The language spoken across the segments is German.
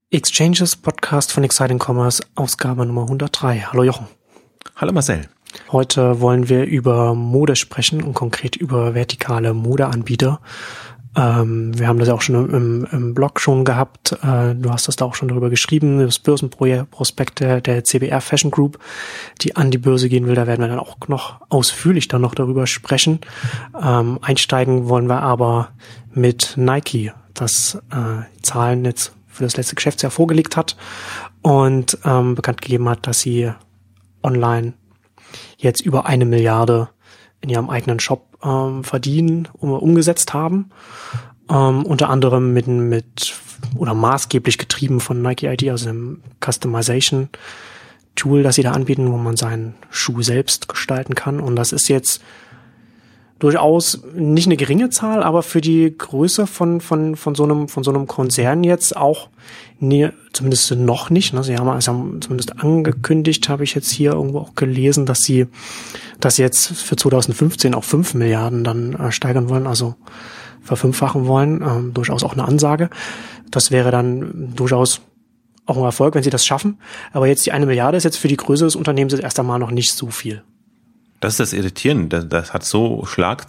Exchanges Podcast von Exciting Commerce, Ausgabe Nummer 103. Hallo Jochen. Hallo Marcel. Heute wollen wir über Mode sprechen und konkret über vertikale Modeanbieter. Wir haben das ja auch schon im Blog schon gehabt. Du hast das da auch schon darüber geschrieben. Das Börsenprospekt der CBR Fashion Group, die an die Börse gehen will. Da werden wir dann auch noch ausführlich dann noch darüber sprechen. Einsteigen wollen wir aber mit Nike, das Zahlen jetzt für das letzte Geschäftsjahr vorgelegt hat und bekannt gegeben hat, dass sie online jetzt über 1 Milliarde in ihrem eigenen Shop verdienen, umgesetzt haben. Unter anderem mit oder maßgeblich getrieben von Nike ID, also dem Customization Tool, das sie da anbieten, wo man seinen Schuh selbst gestalten kann. Und das ist jetzt durchaus nicht eine geringe Zahl, aber für die Größe von so einem Konzern jetzt auch zumindest noch nicht. Ne? Sie haben zumindest angekündigt, habe ich jetzt hier irgendwo auch gelesen, dass sie das jetzt für 2015 auf 5 Milliarden dann steigern wollen, also verfünffachen wollen. Durchaus auch eine Ansage. Das wäre dann durchaus auch ein Erfolg, wenn sie das schaffen. Aber jetzt die 1 Milliarde ist jetzt für die Größe des Unternehmens jetzt erst einmal noch nicht so viel. Das ist das Irritierende. Das hat so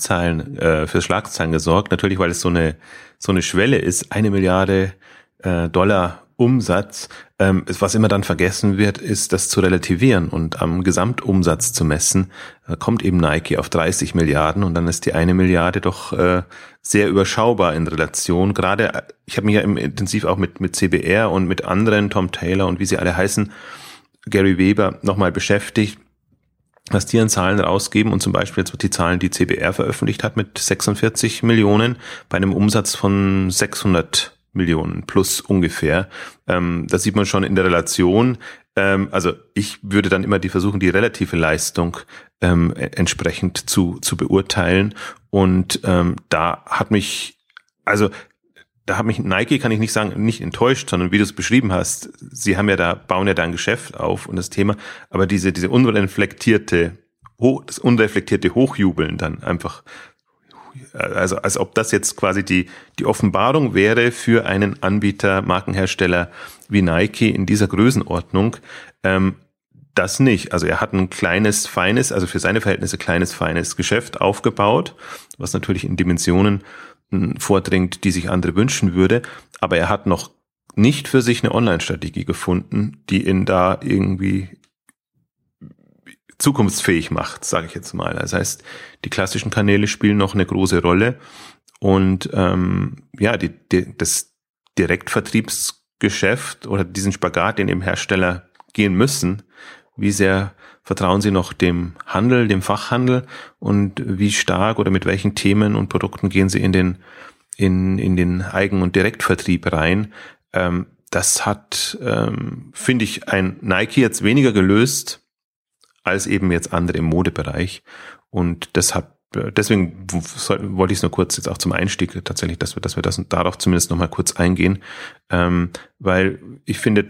für Schlagzeilen gesorgt. Natürlich, weil es so eine Schwelle ist. 1 Milliarde Dollar Umsatz. Was immer dann vergessen wird, ist das zu relativieren und am Gesamtumsatz zu messen. Da kommt eben Nike auf 30 Milliarden und dann ist die 1 Milliarde doch sehr überschaubar in Relation. Gerade, ich habe mich ja intensiv auch mit CBR und mit anderen, Tom Taylor und wie sie alle heißen, Gary Weber, nochmal beschäftigt, was die an Zahlen rausgeben und zum Beispiel jetzt die Zahlen, die CBR veröffentlicht hat mit 46 Millionen bei einem Umsatz von 600 Millionen plus ungefähr. Das sieht man schon in der Relation. Also ich würde dann immer versuchen, die relative Leistung entsprechend zu beurteilen und da hat mich Nike, kann ich nicht sagen, nicht enttäuscht, sondern wie du es beschrieben hast, sie bauen ja da ein Geschäft auf und das Thema, aber diese das unreflektierte Hochjubeln dann einfach, also als ob das jetzt quasi die Offenbarung wäre für einen Anbieter, Markenhersteller wie Nike in dieser Größenordnung, das nicht. Also er hat ein also für seine Verhältnisse feines Geschäft aufgebaut, was natürlich in Dimensionen vordringt, die sich andere wünschen würde, aber er hat noch nicht für sich eine Online-Strategie gefunden, die ihn da irgendwie zukunftsfähig macht, sage ich jetzt mal. Das heißt, die klassischen Kanäle spielen noch eine große Rolle und das Direktvertriebsgeschäft oder diesen Spagat, den eben Hersteller gehen müssen, wie sehr vertrauen Sie noch dem Handel, dem Fachhandel und wie stark oder mit welchen Themen und Produkten gehen Sie in den Eigen- und Direktvertrieb rein? Das hat, finde ich, ein Nike jetzt weniger gelöst als eben jetzt andere im Modebereich. Und deswegen wollte ich es nur kurz jetzt auch zum Einstieg tatsächlich, dass wir das und darauf zumindest noch mal kurz eingehen, weil ich finde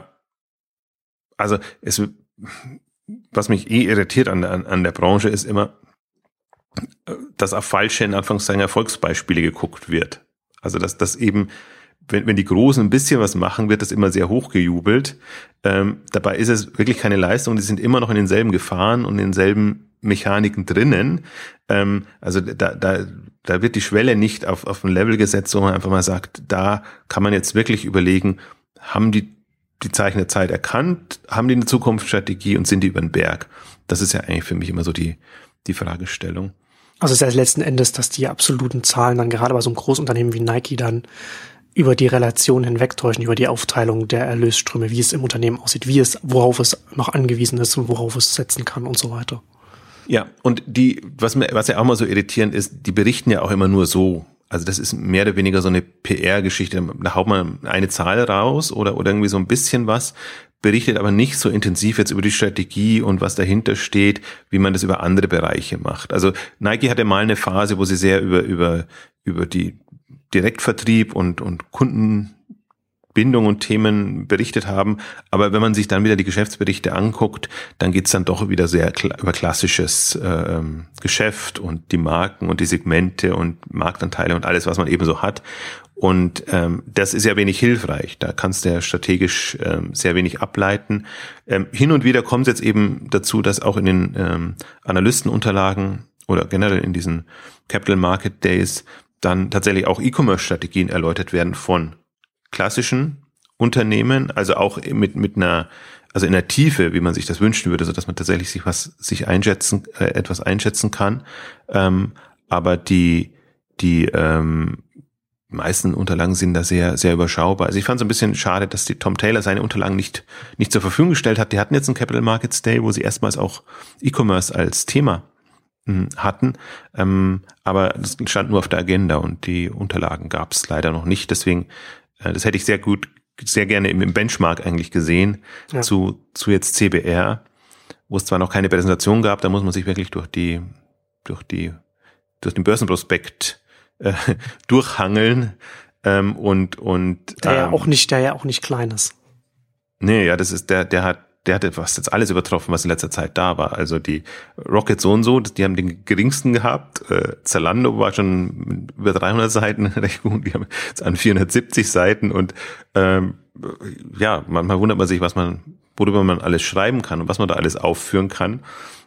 was mich irritiert an der Branche ist immer, dass auf falsche, in Anführungszeichen, Erfolgsbeispiele geguckt wird. Also dass eben, wenn die Großen ein bisschen was machen, wird das immer sehr hochgejubelt. Dabei ist es wirklich keine Leistung, die sind immer noch in denselben Gefahren und in denselben Mechaniken drinnen. Also da wird die Schwelle nicht auf ein Level gesetzt, wo man einfach mal sagt, da kann man jetzt wirklich überlegen, haben die Zeichen der Zeit erkannt, haben die eine Zukunftsstrategie und sind die über den Berg? Das ist ja eigentlich für mich immer so die Fragestellung. Also es ist ja letzten Endes, dass die absoluten Zahlen dann gerade bei so einem Großunternehmen wie Nike dann über die Relation hinwegtäuschen, über die Aufteilung der Erlösströme, wie es im Unternehmen aussieht, worauf es noch angewiesen ist und worauf es setzen kann und so weiter. Ja, und was ja auch mal so irritierend ist, die berichten ja auch immer nur so. Also das ist mehr oder weniger so eine PR-Geschichte. Da haut man eine Zahl raus oder irgendwie so ein bisschen was, berichtet aber nicht so intensiv jetzt über die Strategie und was dahinter steht, wie man das über andere Bereiche macht. Also Nike hatte mal eine Phase, wo sie sehr über die Direktvertrieb und Kundenbindung und Themen berichtet haben. Aber wenn man sich dann wieder die Geschäftsberichte anguckt, dann geht's dann doch wieder sehr über klassisches Geschäft und die Marken und die Segmente und Marktanteile und alles, was man eben so hat. Und das ist ja wenig hilfreich. Da kannst du ja strategisch sehr wenig ableiten. Hin und wieder kommt es jetzt eben dazu, dass auch in den Analystenunterlagen oder generell in diesen Capital Market Days dann tatsächlich auch E-Commerce-Strategien erläutert werden von klassischen Unternehmen, also auch mit einer, also in der Tiefe, wie man sich das wünschen würde, so dass man tatsächlich etwas einschätzen kann. Aber die meisten Unterlagen sind da sehr, sehr überschaubar. Also ich fand es ein bisschen schade, dass die Tom Taylor seine Unterlagen nicht zur Verfügung gestellt hat. Die hatten jetzt einen Capital Markets Day, wo sie erstmals auch E-Commerce als Thema hatten, aber das stand nur auf der Agenda und die Unterlagen gab es leider noch nicht. Deswegen, das hätte ich sehr gerne im Benchmark eigentlich gesehen, ja, zu jetzt CBR, wo es zwar noch keine Präsentation gab, da muss man sich wirklich durch den Börsenprospekt durchhangeln und der ja auch nicht klein ist. Nee, ja, das ist der hatte fast jetzt alles übertroffen, was in letzter Zeit da war. Also die Rocket so und so, die haben den geringsten gehabt. Zalando war schon über 300 Seiten recht gut. Die haben jetzt an 470 Seiten und ja, manchmal wundert man sich, worüber man alles schreiben kann und was man da alles aufführen kann.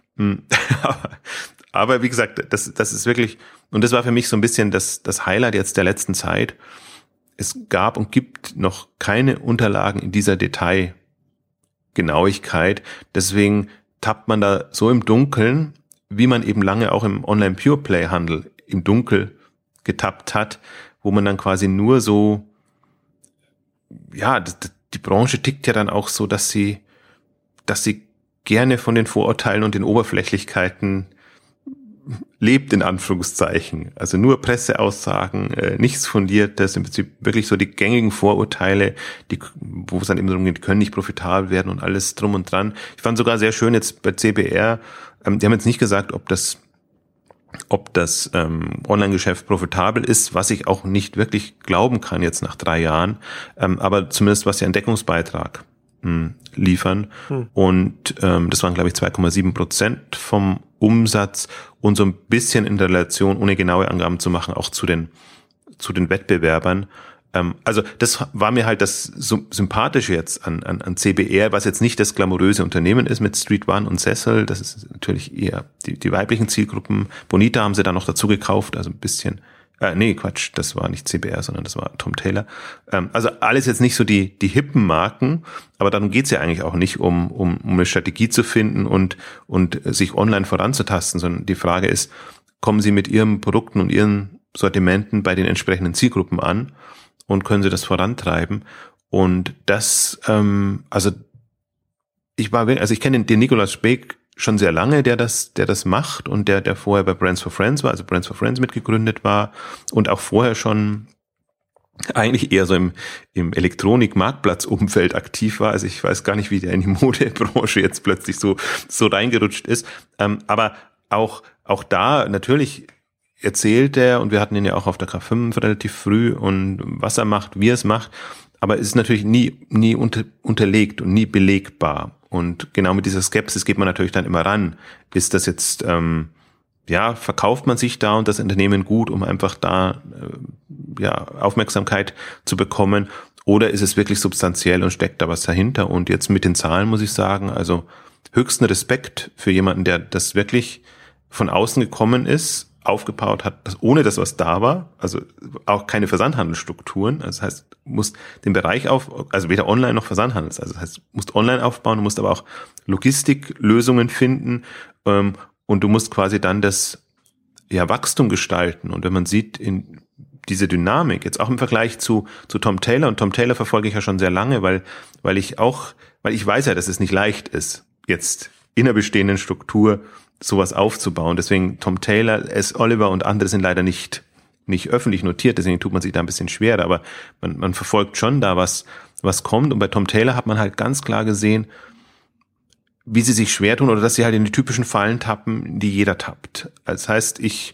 Aber wie gesagt, das ist wirklich, und das war für mich so ein bisschen das Highlight jetzt der letzten Zeit. Es gab und gibt noch keine Unterlagen in dieser Detailgenauigkeit. Deswegen tappt man da so im Dunkeln, wie man eben lange auch im Online-Pure-Play-Handel im Dunkel getappt hat, wo man dann quasi nur so, ja, die Branche tickt ja dann auch so, dass sie gerne von den Vorurteilen und den Oberflächlichkeiten lebt, in Anführungszeichen. Also nur Presseaussagen, nichts Fundiertes, im Prinzip wirklich so die gängigen Vorurteile, wo es dann eben darum geht, die können nicht profitabel werden und alles drum und dran. Ich fand sogar sehr schön jetzt bei CBR, die haben jetzt nicht gesagt, ob das Online-Geschäft profitabel ist, was ich auch nicht wirklich glauben kann jetzt nach 3 Jahren, aber zumindest was sie an Deckungsbeitrag liefern. Und das waren, glaube ich, 2,7% vom Umsatz und so ein bisschen in Relation, ohne genaue Angaben zu machen, auch zu den Wettbewerbern. Also das war mir halt das Sympathische jetzt an CBR, was jetzt nicht das glamouröse Unternehmen ist mit Street One und Cecil. Das ist natürlich eher die weiblichen Zielgruppen. Bonita haben sie dann noch dazu gekauft, also ein bisschen. Nee, Quatsch, das war nicht CBR, sondern das war Tom Taylor. Also alles jetzt nicht so die hippen Marken, aber darum geht's ja eigentlich auch nicht, um eine Strategie zu finden und sich online voranzutasten, sondern die Frage ist, kommen Sie mit Ihren Produkten und Ihren Sortimenten bei den entsprechenden Zielgruppen an und können Sie das vorantreiben? Und das, also ich kenne den Nikolaus Speck schon sehr lange, der das macht und der vorher bei Brands for Friends war, also Brands for Friends mitgegründet war und auch vorher schon eigentlich eher so im Elektronik-Marktplatz-Umfeld aktiv war. Also ich weiß gar nicht, wie der in die Modebranche jetzt plötzlich so reingerutscht ist. Aber auch da natürlich erzählt er, und wir hatten ihn ja auch auf der K5 relativ früh, und was er macht, wie er es macht, aber es ist natürlich nie unterlegt und nie belegbar. Und genau mit dieser Skepsis geht man natürlich dann immer ran. Ist das jetzt, verkauft man sich da und das Unternehmen gut, um einfach da Aufmerksamkeit zu bekommen? Oder ist es wirklich substanziell und steckt da was dahinter? Und jetzt mit den Zahlen muss ich sagen, also höchsten Respekt für jemanden, der das wirklich von außen gekommen ist, aufgebaut hat, ohne dass was da war, also auch keine Versandhandelsstrukturen, also das heißt, du musst den Bereich also weder Online noch Versandhandels, also das heißt, du musst Online aufbauen, du musst aber auch Logistiklösungen finden, und du musst quasi dann das Wachstum gestalten. Und wenn man sieht, in diese Dynamik, jetzt auch im Vergleich zu Tom Taylor, und Tom Taylor verfolge ich ja schon sehr lange, weil ich weiß ja, dass es nicht leicht ist, jetzt in einer bestehenden Struktur sowas aufzubauen. Deswegen Tom Taylor, S. Oliver und andere sind leider nicht öffentlich notiert, deswegen tut man sich da ein bisschen schwerer, aber man verfolgt schon da, was kommt. Und bei Tom Taylor hat man halt ganz klar gesehen, wie sie sich schwer tun oder dass sie halt in die typischen Fallen tappen, die jeder tappt. Das heißt, ich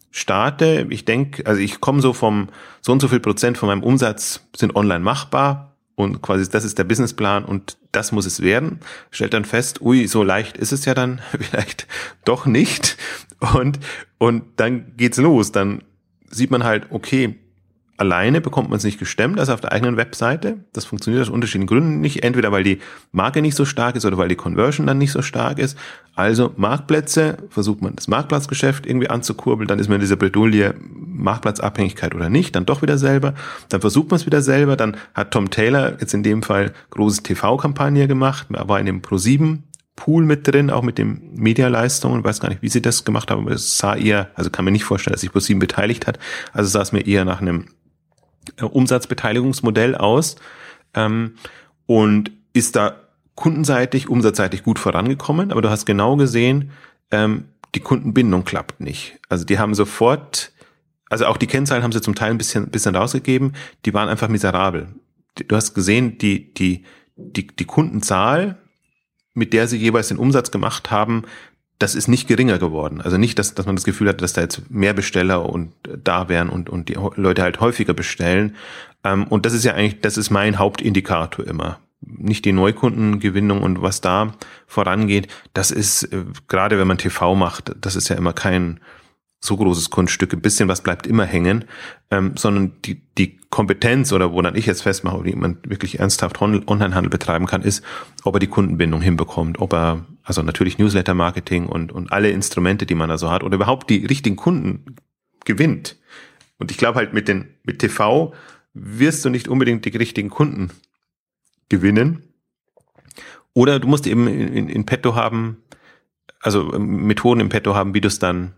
denke, also ich komme so vom so und so viel Prozent von meinem Umsatz sind online machbar, und quasi das ist der Businessplan und das muss es werden. Stellt dann fest, so leicht ist es ja dann vielleicht doch nicht. Und dann geht's los. Dann sieht man halt, okay, alleine bekommt man es nicht gestemmt, also auf der eigenen Webseite. Das funktioniert aus unterschiedlichen Gründen nicht. Entweder weil die Marke nicht so stark ist oder weil die Conversion dann nicht so stark ist. Also Marktplätze, versucht man das Marktplatzgeschäft irgendwie anzukurbeln, dann ist man in dieser Bredouille Marktplatzabhängigkeit oder nicht, dann doch wieder selber. Dann versucht man es wieder selber. Dann hat Tom Taylor jetzt in dem Fall große TV-Kampagne gemacht, war in dem Pro7 Pool mit drin, auch mit den Medialeistungen. Ich weiß gar nicht, wie sie das gemacht haben, aber es sah eher, also kann mir nicht vorstellen, dass sich ProSieben beteiligt hat. Also sah es mir eher nach einem Umsatzbeteiligungsmodell aus und ist da kundenseitig, umsatzseitig gut vorangekommen. Aber du hast genau gesehen, die Kundenbindung klappt nicht. Also die haben sofort, also auch die Kennzahlen haben sie zum Teil ein bisschen rausgegeben, die waren einfach miserabel. Du hast gesehen, die Kundenzahl, mit der sie jeweils den Umsatz gemacht haben, das ist nicht geringer geworden. Also nicht, dass man das Gefühl hat, dass da jetzt mehr Besteller und da wären und die Leute halt häufiger bestellen. Und das ist ja eigentlich, das ist mein Hauptindikator immer. Nicht die Neukundengewinnung und was da vorangeht. Das ist, gerade wenn man TV macht, das ist ja immer kein so großes Kunststück, ein bisschen was bleibt immer hängen, sondern die Kompetenz oder wo dann ich jetzt festmache, ob jemand wirklich ernsthaft Onlinehandel betreiben kann, ist, ob er die Kundenbindung hinbekommt, ob er, also natürlich Newsletter-Marketing und alle Instrumente, die man da so hat, oder überhaupt die richtigen Kunden gewinnt. Und ich glaube halt mit TV wirst du nicht unbedingt die richtigen Kunden gewinnen. Oder du musst eben in petto haben, also Methoden im Petto haben, wie du dann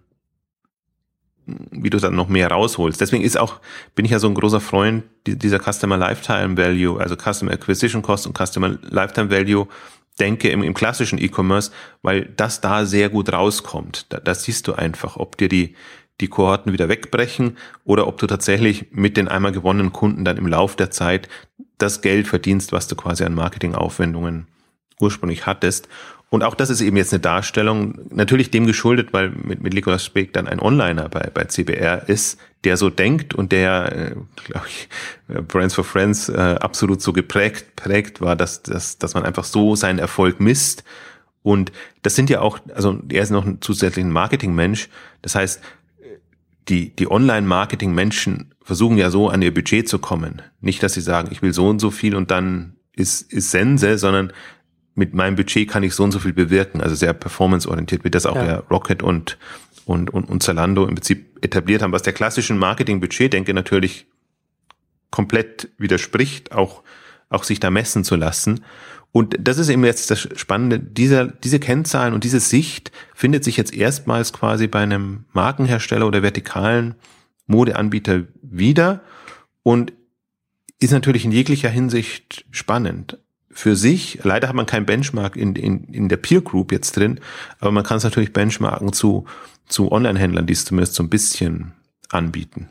noch mehr rausholst. Deswegen bin ich ja so ein großer Freund dieser Customer Lifetime Value, also Customer Acquisition Cost und Customer Lifetime Value, denke im klassischen E-Commerce, weil das da sehr gut rauskommt. Da siehst du einfach, ob dir die Kohorten wieder wegbrechen oder ob du tatsächlich mit den einmal gewonnenen Kunden dann im Lauf der Zeit das Geld verdienst, was du quasi an Marketingaufwendungen ursprünglich hattest. Und auch das ist eben jetzt eine Darstellung, natürlich dem geschuldet, weil mit Nicolas Speck dann ein Onliner bei CBR ist, der so denkt und der, glaube ich, Brands for Friends absolut so prägt war, dass man einfach so seinen Erfolg misst. Und das sind ja auch, also er ist noch ein zusätzlicher Marketingmensch. Das heißt, die Online-Marketing-Menschen versuchen ja so an ihr Budget zu kommen. Nicht, dass sie sagen, ich will so und so viel und dann ist Sense, sondern mit meinem Budget kann ich so und so viel bewirken. Also sehr performanceorientiert, wie das auch ja Rocket und Zalando im Prinzip etabliert haben, was der klassischen Marketing-Budget-Denke natürlich komplett widerspricht, auch sich da messen zu lassen. Und das ist eben jetzt das Spannende, diese Kennzahlen und diese Sicht findet sich jetzt erstmals quasi bei einem Markenhersteller oder vertikalen Modeanbieter wieder und ist natürlich in jeglicher Hinsicht spannend. Für sich, leider hat man kein Benchmark in der Peer Group jetzt drin, aber man kann es natürlich benchmarken zu Online-Händlern, die es zumindest so ein bisschen anbieten.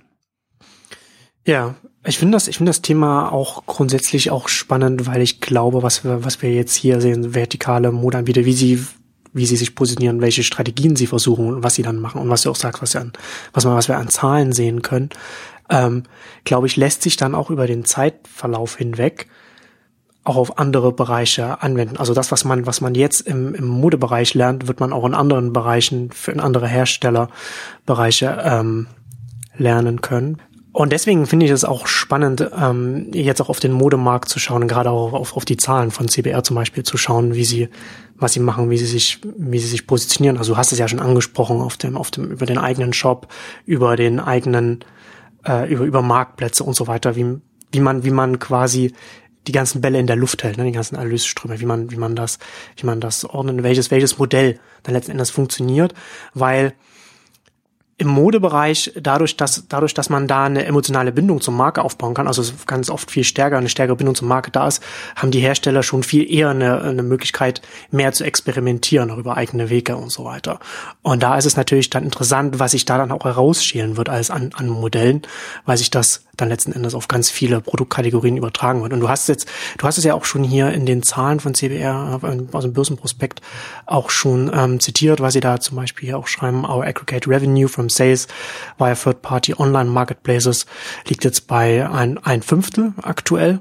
Ja, ich finde das Thema auch grundsätzlich auch spannend, weil ich glaube, was wir jetzt hier sehen, vertikale Modeanbieter, wie sie sich positionieren, welche Strategien sie versuchen und was sie dann machen und was du auch sagst, was wir an Zahlen sehen können, glaube ich, lässt sich dann auch über den Zeitverlauf hinweg auch auf andere Bereiche anwenden. Also das, was man jetzt im Modebereich lernt, wird man auch in anderen Bereichen, in andere Herstellerbereiche lernen können. Und deswegen finde ich es auch spannend, jetzt auch auf den Modemarkt zu schauen, gerade auch auf die Zahlen von CBR zum Beispiel zu schauen, was sie machen, wie sie sich positionieren. Also du hast es ja schon angesprochen, über den eigenen Shop, über den eigenen, über Marktplätze und so weiter, wie man quasi die ganzen Bälle in der Luft hält, ne, die ganzen Erlösströme, wie man das ordnet, welches Modell dann letzten Endes funktioniert, weil im Modebereich, dadurch, dass man da eine emotionale Bindung zur Marke aufbauen kann, also ganz oft eine stärkere Bindung zur Marke da ist, haben die Hersteller schon viel eher eine Möglichkeit, mehr zu experimentieren, auch über eigene Wege und so weiter. Und da ist es natürlich dann interessant, was sich da dann auch herausschälen wird als an Modellen, weil sich das dann letzten Endes auf ganz viele Produktkategorien übertragen wird. Und du hast es ja auch schon hier in den Zahlen von CBR aus dem Börsenprospekt auch schon zitiert, was sie da zum Beispiel hier auch schreiben: Our aggregate revenue from sales via third-party online marketplaces liegt jetzt bei ein Fünftel aktuell.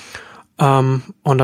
Und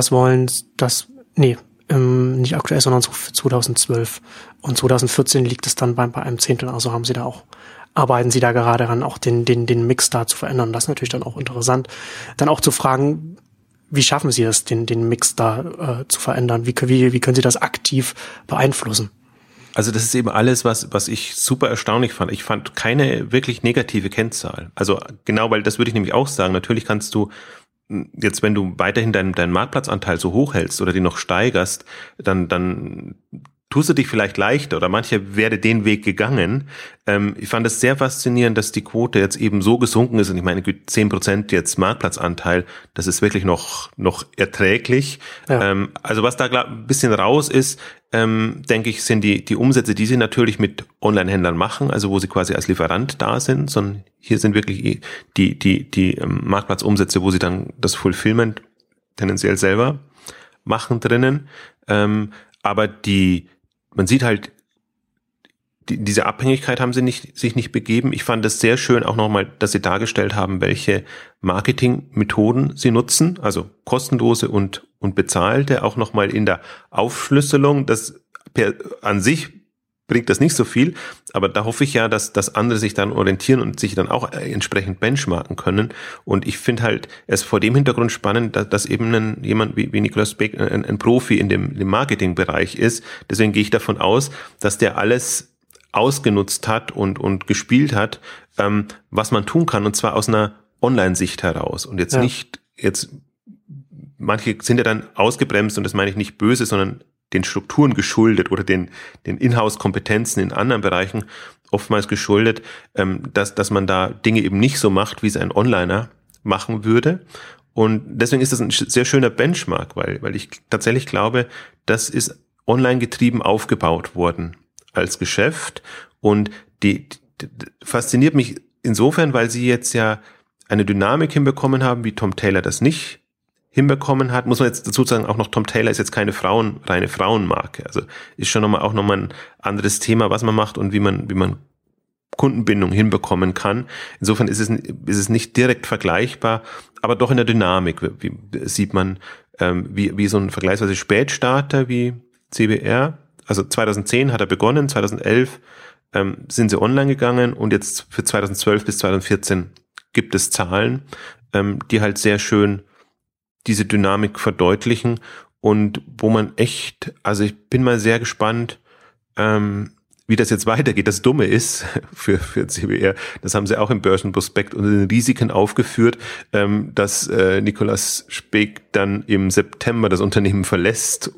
nicht aktuell, sondern für 2012. Und 2014 liegt es dann bei einem Zehntel. Also haben sie da auch arbeiten Sie da gerade daran, auch den Mix da zu verändern? Das ist natürlich dann auch interessant. Dann auch zu fragen, wie schaffen Sie das, den Mix da zu verändern? Wie können Sie das aktiv beeinflussen? Also das ist eben alles, was ich super erstaunlich fand. Ich fand keine wirklich negative Kennzahl. Also genau, weil das würde ich nämlich auch sagen. Natürlich kannst du jetzt, wenn du weiterhin deinen Marktplatzanteil so hoch hältst oder den noch steigerst, dann tust du dich vielleicht leichter oder manche wäre den Weg gegangen. Ich fand es sehr faszinierend, dass die Quote jetzt eben so gesunken ist und ich meine 10% jetzt Marktplatzanteil, das ist wirklich noch erträglich. Ja. Also was da ein bisschen raus ist, denke ich, sind die Umsätze, die sie natürlich mit Online-Händlern machen, also wo sie quasi als Lieferant da sind, sondern hier sind wirklich die Marktplatzumsätze, wo sie dann das Fulfillment tendenziell selber machen drinnen. Aber man sieht halt, diese Abhängigkeit haben sie sich nicht begeben. Ich fand es sehr schön auch nochmal, dass sie dargestellt haben, welche Marketingmethoden sie nutzen, also kostenlose und bezahlte, auch nochmal in der Aufschlüsselung. Das an sich bringt das nicht so viel, aber da hoffe ich ja, dass andere sich dann orientieren und sich dann auch entsprechend benchmarken können. Und ich finde halt es vor dem Hintergrund spannend, dass eben jemand wie Nikolaus Beck ein Profi in dem Marketingbereich ist. Deswegen gehe ich davon aus, dass der alles ausgenutzt hat und gespielt hat, was man tun kann, und zwar aus einer Online-Sicht heraus. Und jetzt manche sind ja dann ausgebremst, und das meine ich nicht böse, sondern den Strukturen geschuldet oder den Inhouse-Kompetenzen in anderen Bereichen oftmals geschuldet, dass man da Dinge eben nicht so macht, wie es ein Onliner machen würde. Und deswegen ist das ein sehr schöner Benchmark, weil ich tatsächlich glaube, das ist online getrieben aufgebaut worden als Geschäft. Und die fasziniert mich insofern, weil sie jetzt ja eine Dynamik hinbekommen haben, wie Tom Taylor das nicht hinbekommen hat. Muss man jetzt dazu sagen, auch noch Tom Taylor ist jetzt keine reine Frauenmarke. Also ist schon nochmal ein anderes Thema, was man macht und wie man Kundenbindung hinbekommen kann. Insofern ist es nicht direkt vergleichbar, aber doch in der Dynamik sieht man, wie so ein vergleichsweise Spätstarter wie CBR. Also 2010 hat er begonnen, 2011 sind sie online gegangen und jetzt für 2012 bis 2014 gibt es Zahlen, die halt sehr schön diese Dynamik verdeutlichen und wo man echt, also ich bin mal sehr gespannt, wie das jetzt weitergeht. Das Dumme ist für CBR, das haben sie auch im Börsenprospekt unter den Risiken aufgeführt, dass Nikolaus Speck dann im September das Unternehmen verlässt,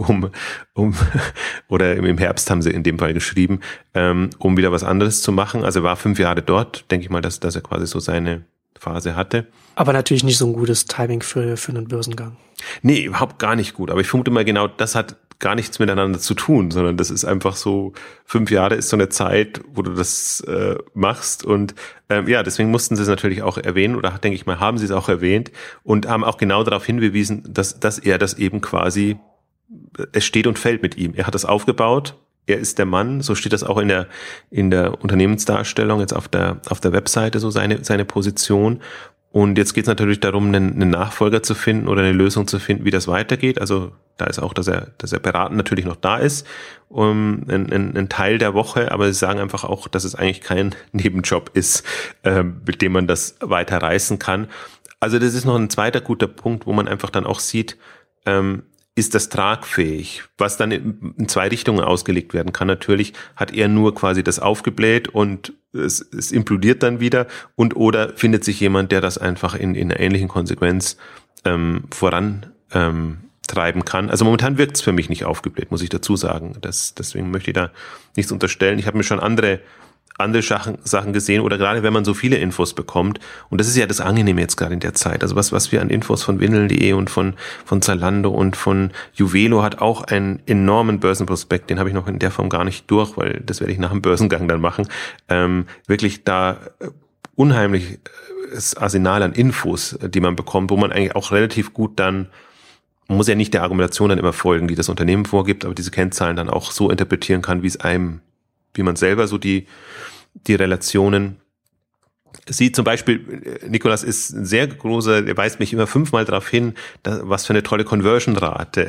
oder im Herbst haben sie in dem Fall geschrieben, um wieder was anderes zu machen. Also er war 5 Jahre dort, denke ich mal, dass er quasi so seine Phase hatte. Aber natürlich nicht so ein gutes Timing für einen Börsengang. Nee, überhaupt gar nicht gut. Aber ich vermute mal genau, das hat gar nichts miteinander zu tun, sondern das ist einfach so, 5 Jahre ist so eine Zeit, wo du das machst. Und deswegen mussten sie es natürlich auch erwähnen, oder denke ich mal, haben sie es auch erwähnt und haben auch genau darauf hingewiesen, dass er das eben quasi, es steht und fällt mit ihm. Er hat das aufgebaut. Er ist der Mann, so steht das auch in der Unternehmensdarstellung, jetzt auf der Webseite, so seine Position. Und jetzt geht es natürlich darum, einen Nachfolger zu finden oder eine Lösung zu finden, wie das weitergeht. Also da ist auch, dass er beratend natürlich noch da ist, ein Teil der Woche, aber sie sagen einfach auch, dass es eigentlich kein Nebenjob ist, mit dem man das weiter reißen kann. Also das ist noch ein zweiter guter Punkt, wo man einfach dann auch sieht, ist das tragfähig, was dann in 2 Richtungen ausgelegt werden kann. Natürlich hat er nur quasi das aufgebläht und es implodiert dann wieder oder findet sich jemand, der das einfach in einer ähnlichen Konsequenz vorantreiben kann. Also momentan wirkt es für mich nicht aufgebläht, muss ich dazu sagen. Deswegen möchte ich da nichts unterstellen. Ich habe mir schon andere Sachen gesehen, oder gerade wenn man so viele Infos bekommt, und das ist ja das Angenehme jetzt gerade in der Zeit, also was wir an Infos von Windeln.de und von Zalando und von Juvelo hat auch einen enormen Börsenprospekt, den habe ich noch in der Form gar nicht durch, weil das werde ich nach dem Börsengang dann machen, wirklich da unheimliches Arsenal an Infos, die man bekommt, wo man eigentlich auch relativ gut dann, man muss ja nicht der Argumentation dann immer folgen, die das Unternehmen vorgibt, aber diese Kennzahlen dann auch so interpretieren kann, wie man selber so die Relationen sieht. Zum Beispiel, Nikolaus ist ein sehr großer, der weist mich immer 5-mal darauf hin, was für eine tolle Conversion-Rate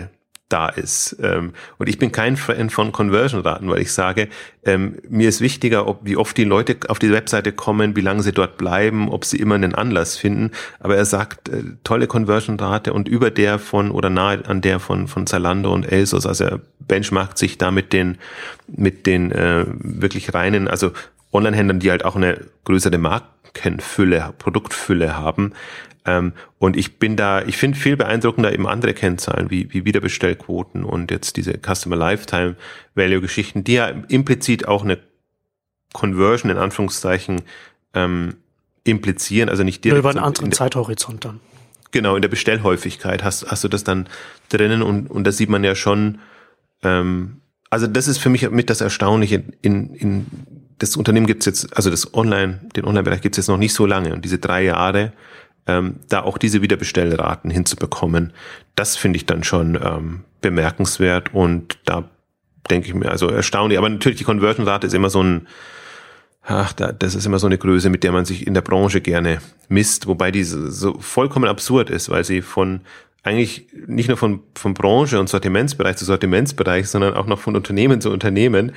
da ist. Und ich bin kein Fan von Conversion-Raten, weil ich sage, mir ist wichtiger, wie oft die Leute auf die Webseite kommen, wie lange sie dort bleiben, ob sie immer einen Anlass finden. Aber er sagt, tolle Conversion-Rate und über der von oder nahe an der von Zalando und ASOS. Also er benchmarkt sich da mit den wirklich reinen, also Online-Händlern, die halt auch eine größere Markenfülle, Produktfülle haben. Und ich finde viel beeindruckender eben andere Kennzahlen wie Wiederbestellquoten und jetzt diese Customer Lifetime Value Geschichten, die ja implizit auch eine Conversion in Anführungszeichen implizieren, also nicht direkt. Über einen anderen Zeithorizont dann. Genau, in der Bestellhäufigkeit hast du das dann drinnen und da sieht man ja schon, also das ist für mich mit das Erstaunliche in das Unternehmen gibt's jetzt, also den Online-Bereich gibt's jetzt noch nicht so lange und diese 3 Jahre da auch diese Wiederbestellraten hinzubekommen, das finde ich dann schon bemerkenswert und da denke ich mir, also erstaunlich, aber natürlich die Conversion-Rate ist immer das ist immer so eine Größe, mit der man sich in der Branche gerne misst, wobei die so vollkommen absurd ist, weil sie eigentlich nicht nur von Branche und Sortimentsbereich zu Sortimentsbereich, sondern auch noch von Unternehmen zu Unternehmen.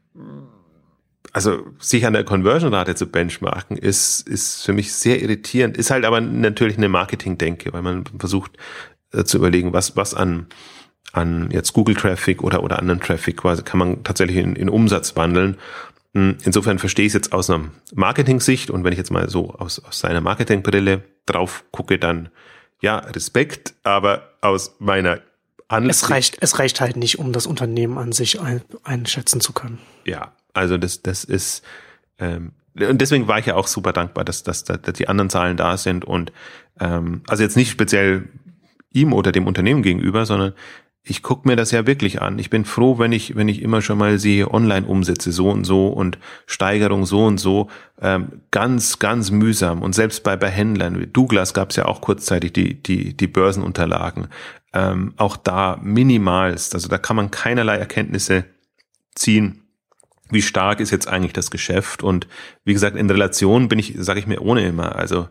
Also sich an der Conversion-Rate zu benchmarken, ist für mich sehr irritierend, ist halt aber natürlich eine Marketing-Denke, weil man versucht zu überlegen, was an jetzt Google-Traffic oder anderen Traffic quasi kann man tatsächlich in Umsatz wandeln. Insofern verstehe ich es jetzt aus einer Marketing-Sicht und wenn ich jetzt mal so aus seiner Marketingbrille drauf gucke, dann ja, Respekt, aber aus meiner Ansicht. Es reicht halt nicht, um das Unternehmen an sich einschätzen zu können. Ja, also das ist und deswegen war ich ja auch super dankbar, dass die anderen Zahlen da sind und also jetzt nicht speziell ihm oder dem Unternehmen gegenüber, sondern ich gucke mir das ja wirklich an. Ich bin froh, wenn ich immer schon mal sehe, Online-Umsätze so und Steigerung so und so, ganz, ganz mühsam. Und selbst bei Händlern, wie Douglas gab es ja auch kurzzeitig die Börsenunterlagen. Auch da minimalst, also da kann man keinerlei Erkenntnisse ziehen, wie stark ist jetzt eigentlich das Geschäft. Und wie gesagt, in Relation sage ich mir ohne immer, also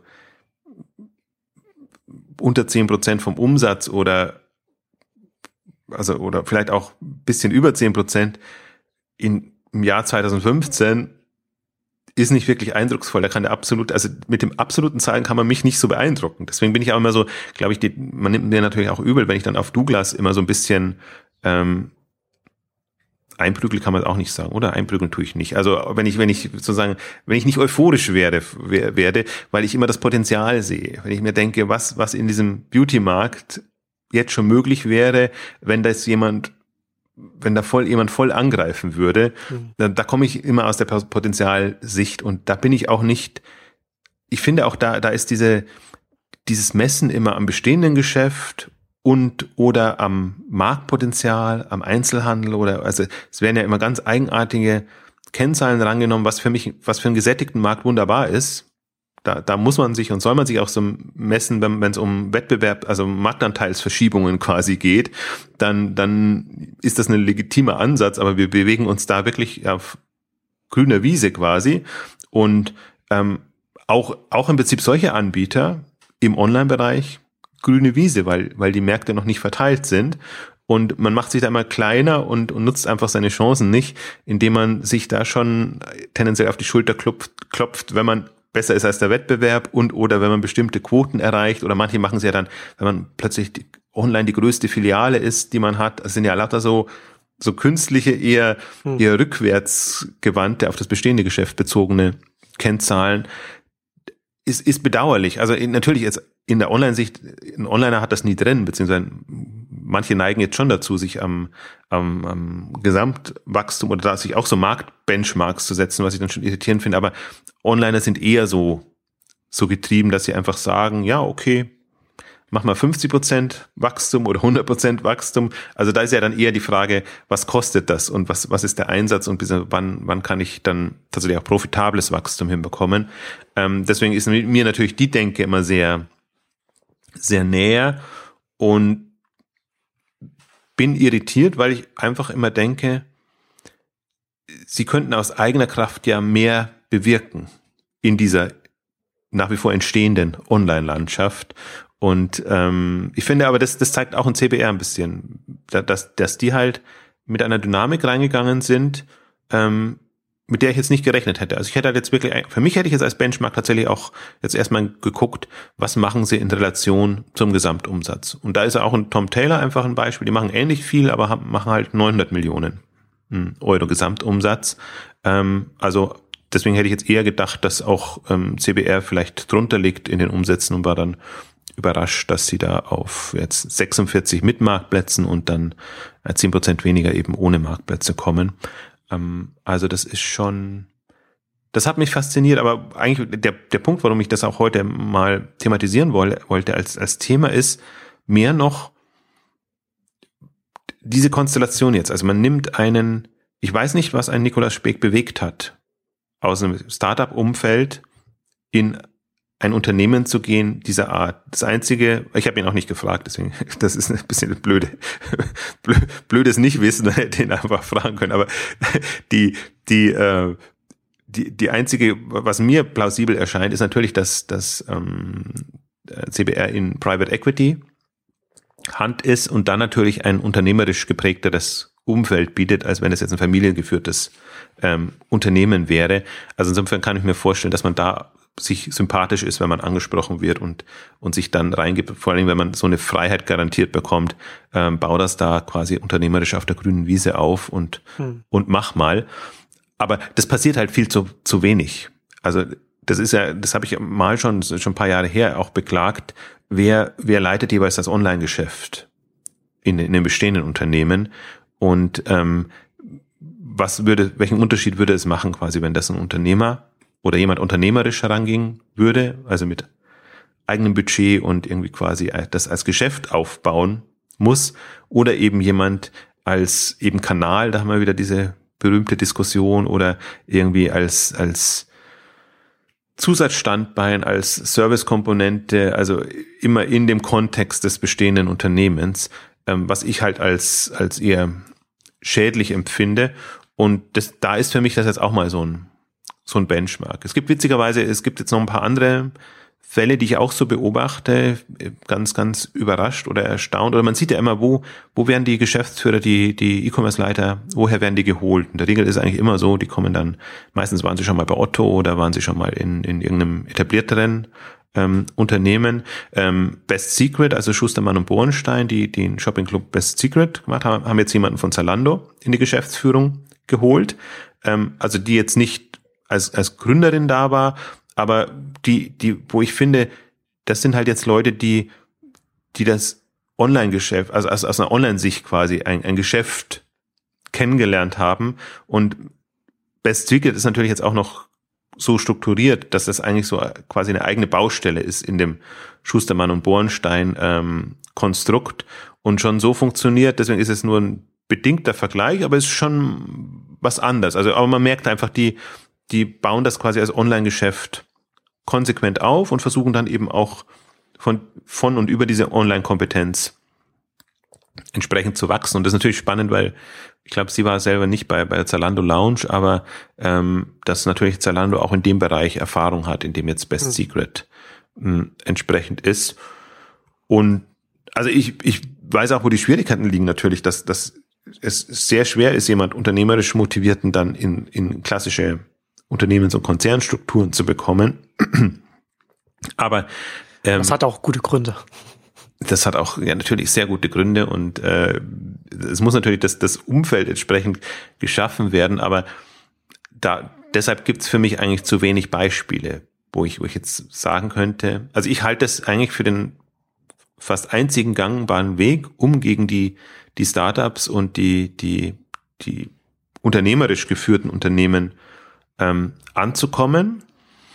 unter 10% vom Umsatz oder vielleicht auch ein bisschen über 10% im Jahr 2015 ist nicht wirklich eindrucksvoll. Da kann mit dem absoluten Zahlen kann man mich nicht so beeindrucken. Deswegen bin ich auch immer so, glaube ich, man nimmt mir natürlich auch übel, wenn ich dann auf Douglas immer so ein bisschen einprügeln kann man auch nicht sagen, oder? Einprügeln tue ich nicht. Also wenn ich nicht euphorisch werde, weil ich immer das Potenzial sehe. Wenn ich mir denke, was in diesem Beauty-Markt jetzt schon möglich wäre, wenn da jemand voll angreifen würde, da komme ich immer aus der Potenzialsicht und da bin ich auch nicht, ich finde auch da ist dieses Messen immer am bestehenden Geschäft und oder am Marktpotenzial, am Einzelhandel also es werden ja immer ganz eigenartige Kennzahlen rangenommen, was für einen gesättigten Markt wunderbar ist. Da muss man sich und soll man sich auch so messen, wenn es um Wettbewerb, also Marktanteilsverschiebungen quasi geht, dann ist das ein legitimer Ansatz, aber wir bewegen uns da wirklich auf grüner Wiese quasi und auch im Prinzip solche Anbieter im Online-Bereich grüne Wiese, weil die Märkte noch nicht verteilt sind und man macht sich da immer kleiner und nutzt einfach seine Chancen nicht, indem man sich da schon tendenziell auf die Schulter klopft, wenn man besser ist als der Wettbewerb oder wenn man bestimmte Quoten erreicht oder manche machen es ja dann, wenn man plötzlich online die größte Filiale ist, die man hat. Das sind ja lauter so künstliche, eher rückwärtsgewandte, auf das bestehende Geschäft bezogene Kennzahlen. Ist bedauerlich. Also natürlich jetzt in der Online-Sicht, ein Onliner hat das nie drin, beziehungsweise manche neigen jetzt schon dazu, sich am Gesamtwachstum oder da sich auch so Marktbenchmarks zu setzen, was ich dann schon irritierend finde, aber Onliner sind eher so getrieben, dass sie einfach sagen, ja, okay, mach mal 50% Wachstum oder 100% Wachstum. Also da ist ja dann eher die Frage, was kostet das und was ist der Einsatz und bis wann kann ich dann tatsächlich auch profitables Wachstum hinbekommen. Deswegen ist mir natürlich die Denke immer sehr, sehr näher und bin irritiert, weil ich einfach immer denke, sie könnten aus eigener Kraft ja mehr bewirken in dieser nach wie vor entstehenden Online-Landschaft. Und ich finde aber, das zeigt auch ein CBR ein bisschen. dass die halt mit einer Dynamik reingegangen sind, mit der ich jetzt nicht gerechnet hätte. Also ich hätte halt jetzt wirklich, für mich hätte ich jetzt als Benchmark tatsächlich auch jetzt erstmal geguckt, was machen sie in Relation zum Gesamtumsatz. Und da ist ja auch ein Tom Taylor einfach ein Beispiel, die machen ähnlich viel, aber machen halt 900 Millionen Euro Gesamtumsatz. Also deswegen hätte ich jetzt eher gedacht, dass auch CBR vielleicht drunter liegt in den Umsätzen und war dann überrascht, dass sie da auf jetzt 46 mit Marktplätzen und dann 10% weniger eben ohne Marktplätze kommen. Also das ist schon, das hat mich fasziniert, aber eigentlich der Punkt, warum ich das auch heute mal thematisieren wollte als Thema ist mehr noch diese Konstellation jetzt. Also man nimmt ich weiß nicht, was einen Nikolaus Speck bewegt hat, aus einem Startup-Umfeld in ein Unternehmen zu gehen dieser Art. Das Einzige, ich habe ihn auch nicht gefragt, deswegen, das ist ein bisschen blödes Nichtwissen, man hätte ihn einfach fragen können, aber die einzige, was mir plausibel erscheint, ist natürlich, dass CBR in Private Equity Hand ist und dann natürlich ein unternehmerisch geprägteres Umfeld bietet, als wenn es jetzt ein familiengeführtes Unternehmen wäre. Also insofern kann ich mir vorstellen, dass man da sich sympathisch ist, wenn man angesprochen wird und sich dann reingibt, vor allem wenn man so eine Freiheit garantiert bekommt, bau das da quasi unternehmerisch auf der grünen Wiese auf und mach mal. Aber das passiert halt viel zu wenig. Also das ist ja, das habe ich mal schon ein paar Jahre her auch beklagt, wer leitet jeweils das Online-Geschäft in den bestehenden Unternehmen und welchen Unterschied würde es machen quasi, wenn das ein Unternehmer oder jemand unternehmerisch heranging würde, also mit eigenem Budget und irgendwie quasi das als Geschäft aufbauen muss, oder eben jemand als eben Kanal, da haben wir wieder diese berühmte Diskussion, oder irgendwie als Zusatzstandbein, als Servicekomponente, also immer in dem Kontext des bestehenden Unternehmens, was ich halt als eher schädlich empfinde. Und da ist für mich das jetzt auch mal so ein Benchmark. Es gibt witzigerweise, jetzt noch ein paar andere Fälle, die ich auch so beobachte, ganz, ganz überrascht oder erstaunt. Oder man sieht ja immer, wo werden die Geschäftsführer, die E-Commerce-Leiter, woher werden die geholt? In der Regel ist es eigentlich immer so, die kommen dann, meistens waren sie schon mal bei Otto oder waren sie schon mal in irgendeinem etablierteren Unternehmen. Best Secret, also Schustermann und Bornstein, die den Shopping Club Best Secret gemacht haben, haben jetzt jemanden von Zalando in die Geschäftsführung geholt. Also die jetzt nicht als Gründerin da war, aber wo ich finde, das sind halt jetzt Leute, die das Online-Geschäft, also aus einer Online-Sicht quasi ein Geschäft kennengelernt haben. Und Best Secret ist natürlich jetzt auch noch so strukturiert, dass das eigentlich so quasi eine eigene Baustelle ist in dem Schustermann und Bornstein Konstrukt und schon so funktioniert. Deswegen ist es nur ein bedingter Vergleich, aber es ist schon was anderes. Also, aber man merkt einfach, die bauen das quasi als Online-Geschäft konsequent auf und versuchen dann eben auch von und über diese Online-Kompetenz entsprechend zu wachsen. Und das ist natürlich spannend, weil ich glaube, sie war selber nicht bei Zalando Lounge, aber dass natürlich Zalando auch in dem Bereich Erfahrung hat, in dem jetzt Best Secret entsprechend ist. Und also ich weiß auch, wo die Schwierigkeiten liegen natürlich, dass es sehr schwer ist, jemand unternehmerisch Motivierten dann in klassische Unternehmens- und Konzernstrukturen zu bekommen. Aber das hat auch gute Gründe. Das hat auch natürlich sehr gute Gründe und es muss natürlich das Umfeld entsprechend geschaffen werden, aber deshalb gibt's für mich eigentlich zu wenig Beispiele, wo ich jetzt sagen könnte, also ich halte es eigentlich für den fast einzigen gangbaren Weg, um gegen die Startups und die unternehmerisch geführten Unternehmen anzukommen.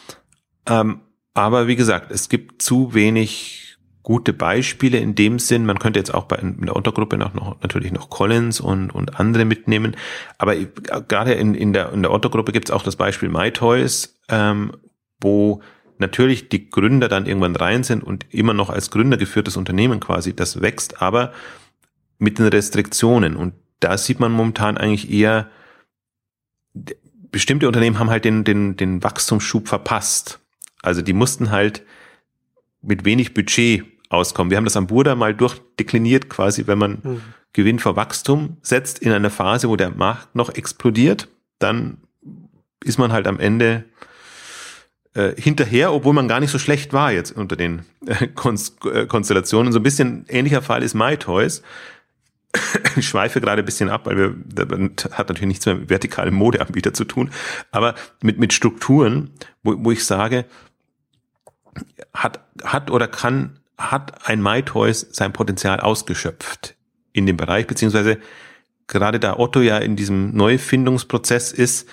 Aber wie gesagt, es gibt zu wenig gute Beispiele in dem Sinn. Man könnte jetzt auch in der Otto-Gruppe natürlich noch Collins und andere mitnehmen. Aber gerade in der Otto-Gruppe gibt es auch das Beispiel MyToys, wo natürlich die Gründer dann irgendwann rein sind und immer noch als Gründer geführtes Unternehmen quasi, das wächst, aber mit den Restriktionen. Und da sieht man momentan eigentlich eher, bestimmte Unternehmen haben halt den Wachstumsschub verpasst. Also die mussten halt mit wenig Budget auskommen. Wir haben das am Burda mal durchdekliniert quasi, wenn man Gewinn vor Wachstum setzt in einer Phase, wo der Markt noch explodiert, dann ist man halt am Ende hinterher, obwohl man gar nicht so schlecht war jetzt unter den Konstellationen. So ein bisschen ähnlicher Fall ist MyToys. Ich schweife gerade ein bisschen ab, weil das hat natürlich nichts mehr mit vertikalen Modeanbieter zu tun, aber mit Strukturen, wo ich sage, hat ein MyToys sein Potenzial ausgeschöpft in dem Bereich, beziehungsweise gerade da Otto ja in diesem Neufindungsprozess ist,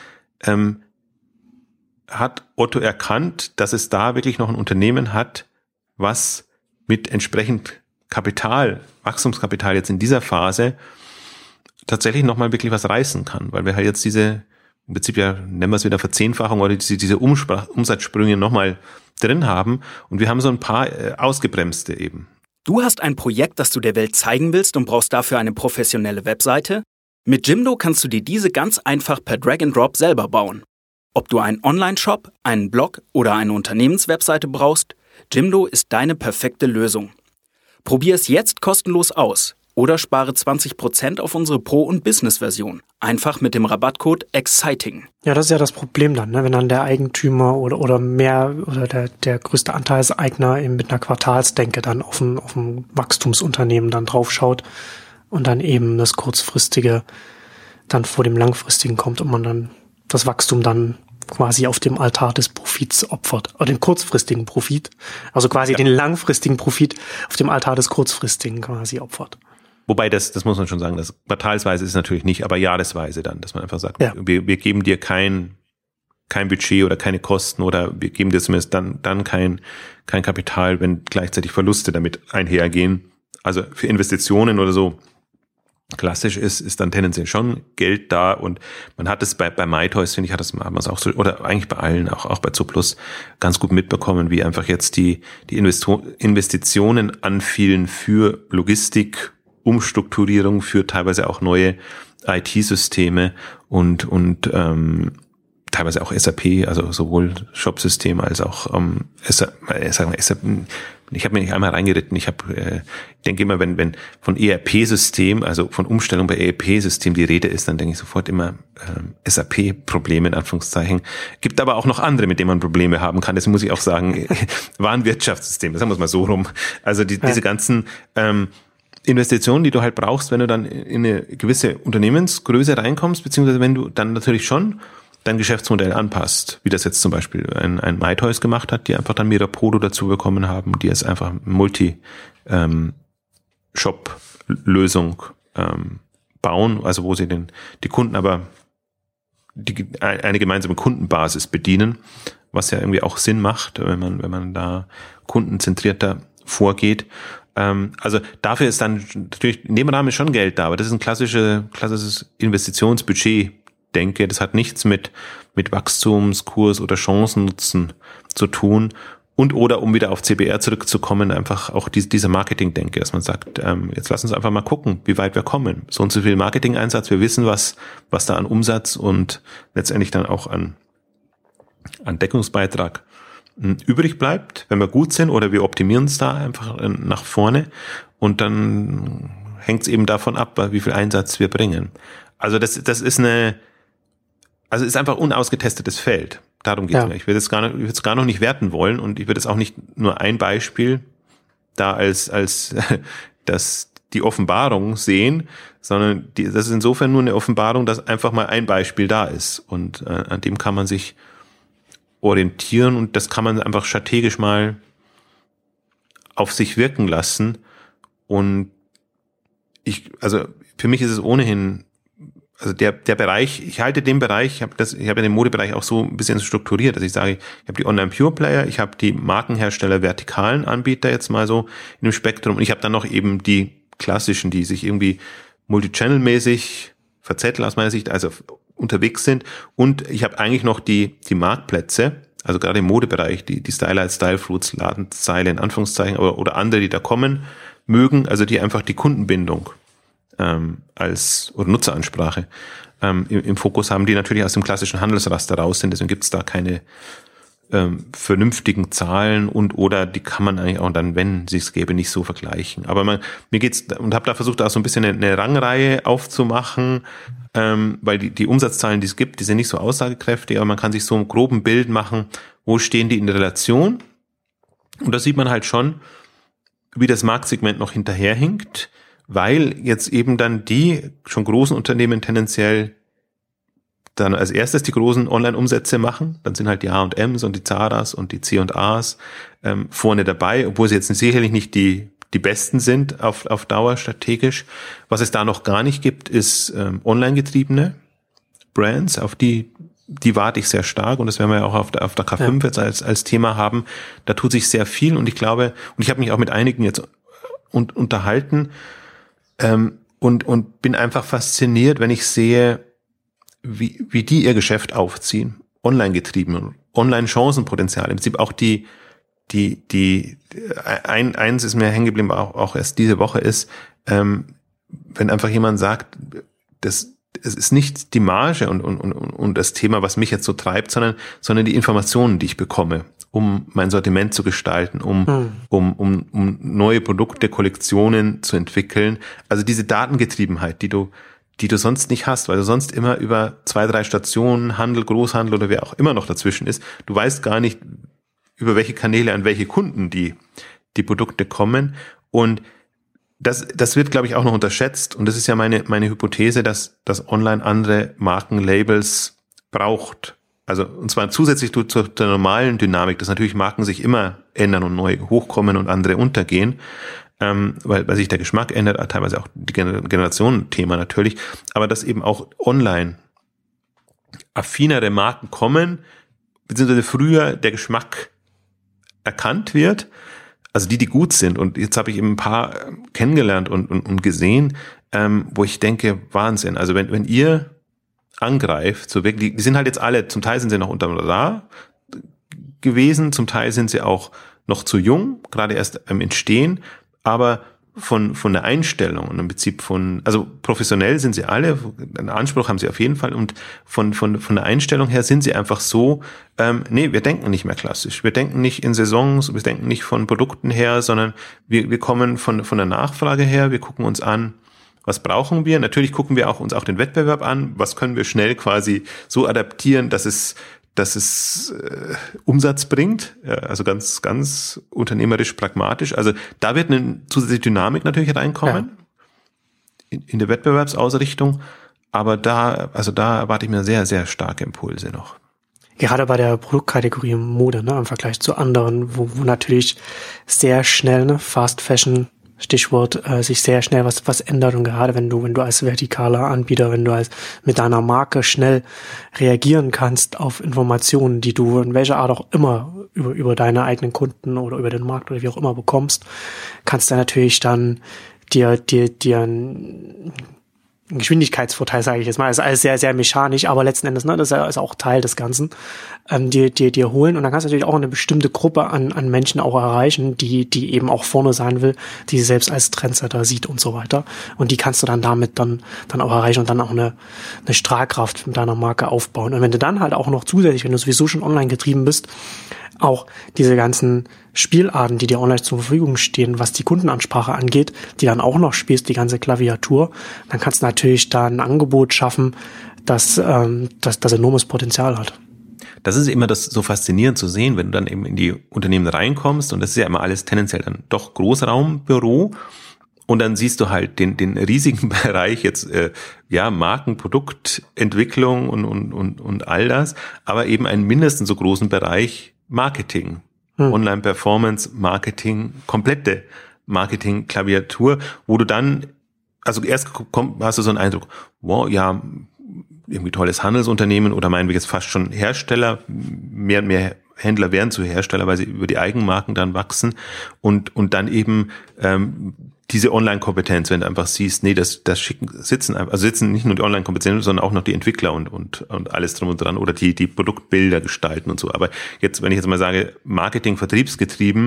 hat Otto erkannt, dass es da wirklich noch ein Unternehmen hat, was mit entsprechend Kapital, Wachstumskapital jetzt in dieser Phase tatsächlich nochmal wirklich was reißen kann, weil wir halt jetzt diese, im Prinzip ja, nennen wir es wieder Verzehnfachung oder diese Umsatzsprünge nochmal drin haben und wir haben so ein paar ausgebremste eben. Du hast ein Projekt, das du der Welt zeigen willst und brauchst dafür eine professionelle Webseite? Mit Jimdo kannst du dir diese ganz einfach per Drag and Drop selber bauen. Ob du einen Online-Shop, einen Blog oder eine Unternehmenswebseite brauchst, Jimdo ist deine perfekte Lösung. Probier es jetzt kostenlos aus oder spare 20% auf unsere Pro- und Business-Version. Einfach mit dem Rabattcode EXCITING. Ja, das ist ja das Problem dann, ne? Wenn dann der Eigentümer oder der größte Anteilseigner eben mit einer Quartalsdenke dann auf ein Wachstumsunternehmen dann draufschaut und dann eben das Kurzfristige dann vor dem Langfristigen kommt und man dann das Wachstum dann quasi auf dem Altar des Profits opfert, oder den kurzfristigen Profit, also quasi den langfristigen Profit auf dem Altar des kurzfristigen quasi opfert. Wobei das muss man schon sagen, das quartalsweise ist natürlich nicht, aber jahresweise dann, dass man einfach sagt, wir geben dir kein Budget oder keine Kosten oder wir geben dir zumindest dann kein Kapital, wenn gleichzeitig Verluste damit einhergehen. Also für Investitionen oder so klassisch ist dann tendenziell schon Geld da und man hat es bei MyToys, finde ich, hat man es auch so, oder eigentlich bei allen, auch bei Zooplus, ganz gut mitbekommen, wie einfach jetzt die Investitionen anfielen für Logistik, Umstrukturierung, für teilweise auch neue IT-Systeme und teilweise auch SAP, also sowohl Shop-System als auch SAP. Ich habe mir nicht einmal reingeritten. Ich denke immer, wenn von ERP-System, also von Umstellung bei ERP-System die Rede ist, dann denke ich sofort immer SAP-Probleme in Anführungszeichen. Gibt aber auch noch andere, mit denen man Probleme haben kann. Deswegen muss ich auch sagen, Warenwirtschaftssystem, sagen wir es mal so rum. Also diese ganzen Investitionen, die du halt brauchst, wenn du dann in eine gewisse Unternehmensgröße reinkommst, beziehungsweise wenn du dann natürlich schon dein Geschäftsmodell anpasst, wie das jetzt zum Beispiel ein MyToys gemacht hat, die einfach dann Mirapodo dazu bekommen haben, die jetzt einfach Multi-Shop-Lösung bauen, also wo sie die Kunden aber eine gemeinsame Kundenbasis bedienen, was ja irgendwie auch Sinn macht, wenn man da kundenzentrierter vorgeht. Also dafür ist dann natürlich in dem Rahmen schon Geld da, aber das ist ein klassisches Investitionsbudget. Denke, das hat nichts mit Wachstumskurs oder Chancennutzen zu tun und oder um wieder auf CBR zurückzukommen, einfach auch diese Marketing-Denke, dass man sagt, jetzt lass uns einfach mal gucken, wie weit wir kommen. So und so viel Marketing-Einsatz, wir wissen, was da an Umsatz und letztendlich dann auch an Deckungsbeitrag übrig bleibt, wenn wir gut sind oder wir optimieren es da einfach nach vorne und dann hängt es eben davon ab, wie viel Einsatz wir bringen. Also das ist ist einfach unausgetestetes Feld. Darum geht's mir. Ich würde es gar noch nicht werten wollen und ich würde es auch nicht nur ein Beispiel da als das die Offenbarung sehen, sondern das ist insofern nur eine Offenbarung, dass einfach mal ein Beispiel da ist und an dem kann man sich orientieren und das kann man einfach strategisch mal auf sich wirken lassen und für mich ist es ohnehin, also der Bereich, ich halte den Bereich, ich habe ja den Modebereich auch so ein bisschen strukturiert, dass ich sage, ich habe die Online-Pure-Player, ich habe die Markenhersteller, vertikalen Anbieter jetzt mal so in dem Spektrum und ich habe dann noch eben die klassischen, die sich irgendwie multichannel-mäßig verzetteln aus meiner Sicht, also unterwegs sind und ich habe eigentlich noch die Marktplätze, also gerade im Modebereich, die Stylites, Stylefruits, Ladenzeile in Anführungszeichen oder andere, die da kommen mögen, also die einfach die Kundenbindung oder Nutzeransprache im Fokus haben, die natürlich aus dem klassischen Handelsraster raus sind, deswegen gibt es da keine vernünftigen Zahlen und oder die kann man eigentlich auch dann, wenn es gäbe, nicht so vergleichen. Aber mir geht's, und habe da versucht, auch so ein bisschen eine Rangreihe aufzumachen, weil die Umsatzzahlen, die es gibt, die sind nicht so aussagekräftig, aber man kann sich so ein groben Bild machen, wo stehen die in der Relation. Und da sieht man halt schon, wie das Marktsegment noch hinterherhinkt, weil jetzt eben dann die schon großen Unternehmen tendenziell dann als erstes die großen Online-Umsätze machen, dann sind halt die H&Ms und die Zaras und die C&As vorne dabei, obwohl sie jetzt sicherlich nicht die besten sind auf Dauer strategisch. Was es da noch gar nicht gibt, ist online-getriebene Brands, auf die warte ich sehr stark und das werden wir ja auch auf der K5 jetzt als Thema haben. Da tut sich sehr viel und ich glaube, und ich habe mich auch mit einigen jetzt unterhalten und bin einfach fasziniert, wenn ich sehe, wie die ihr Geschäft aufziehen, online getrieben, Online-Chancenpotenzial. Im Prinzip auch eins ist mir hängen geblieben, auch erst diese Woche ist, wenn einfach jemand sagt, es ist nicht die Marge und das Thema, was mich jetzt so treibt, sondern die Informationen, die ich bekomme, um mein Sortiment zu gestalten, um neue Produkte, Kollektionen zu entwickeln. Also diese Datengetriebenheit, die du sonst nicht hast, weil du sonst immer über 2, 3 Stationen, Handel, Großhandel oder wer auch immer noch dazwischen ist, du weißt gar nicht, über welche Kanäle an welche Kunden die Produkte kommen. Und das wird, glaube ich, auch noch unterschätzt. Und das ist ja meine Hypothese, dass online andere Markenlabels braucht. Also, und zwar zusätzlich zur normalen Dynamik, dass natürlich Marken sich immer ändern und neu hochkommen und andere untergehen. Weil sich der Geschmack ändert, teilweise auch die Generationen-Thema natürlich, aber dass eben auch online affinere Marken kommen, beziehungsweise früher der Geschmack erkannt wird, also die gut sind. Und jetzt habe ich eben ein paar kennengelernt und gesehen, wo ich denke, Wahnsinn. Also wenn ihr angreift, so wirklich, die sind halt jetzt alle, zum Teil sind sie noch unter dem Radar gewesen, zum Teil sind sie auch noch zu jung, gerade erst im Entstehen, aber von der Einstellung und im Prinzip also professionell sind sie alle, einen Anspruch haben sie auf jeden Fall und von der Einstellung her sind sie einfach so, wir denken nicht mehr klassisch, wir denken nicht in Saisons, wir denken nicht von Produkten her, sondern wir kommen von der Nachfrage her, wir gucken uns an, was brauchen wir? Natürlich gucken wir uns auch den Wettbewerb an, was können wir schnell quasi so adaptieren, dass es Umsatz bringt, also ganz, ganz unternehmerisch pragmatisch. Also da wird eine zusätzliche Dynamik natürlich reinkommen in der Wettbewerbsausrichtung, aber da erwarte ich mir sehr, sehr starke Impulse noch. Gerade bei der Produktkategorie Mode, im Vergleich zu anderen, wo natürlich sehr schnell, Fast Fashion, Stichwort, sich sehr schnell was ändert und gerade wenn du als vertikaler Anbieter, wenn du mit deiner Marke schnell reagieren kannst auf Informationen, die du in welcher Art auch immer über deine eigenen Kunden oder über den Markt oder wie auch immer bekommst, kannst du natürlich dann dir ein Geschwindigkeitsvorteil, sage ich jetzt mal, ist alles sehr, sehr mechanisch, aber letzten Endes, das ist auch Teil des Ganzen, dir holen und dann kannst du natürlich auch eine bestimmte Gruppe an Menschen auch erreichen, die eben auch vorne sein will, die sie selbst als Trendsetter sieht und so weiter und die kannst du dann damit dann auch erreichen und dann auch eine Strahlkraft mit deiner Marke aufbauen und wenn du dann halt auch noch zusätzlich, wenn du sowieso schon online getrieben bist, auch diese ganzen Spielarten, die dir online zur Verfügung stehen, was die Kundenansprache angeht, die dann auch noch spielst, die ganze Klaviatur, dann kannst du natürlich da ein Angebot schaffen, das enormes Potenzial hat. Das ist immer das so faszinierend zu sehen, wenn du dann eben in die Unternehmen reinkommst und das ist ja immer alles tendenziell dann doch Großraumbüro und dann siehst du halt den riesigen Bereich jetzt Marken, Produktentwicklung und all das, aber eben einen mindestens so großen Bereich Marketing, Online-Performance, Marketing, komplette Marketing-Klaviatur, wo du dann, also erst hast du so einen Eindruck, wow, ja, irgendwie tolles Handelsunternehmen oder meinen wir jetzt fast schon Hersteller, mehr und mehr Händler werden zu Hersteller, weil sie über die Eigenmarken dann wachsen und dann eben diese Online-Kompetenz, wenn du einfach siehst, nee, sitzen nicht nur die Online-Kompetenz, sondern auch noch die Entwickler und alles drum und dran oder die Produktbilder gestalten und so. Aber jetzt, wenn ich jetzt mal sage, Marketing, vertriebsgetrieben,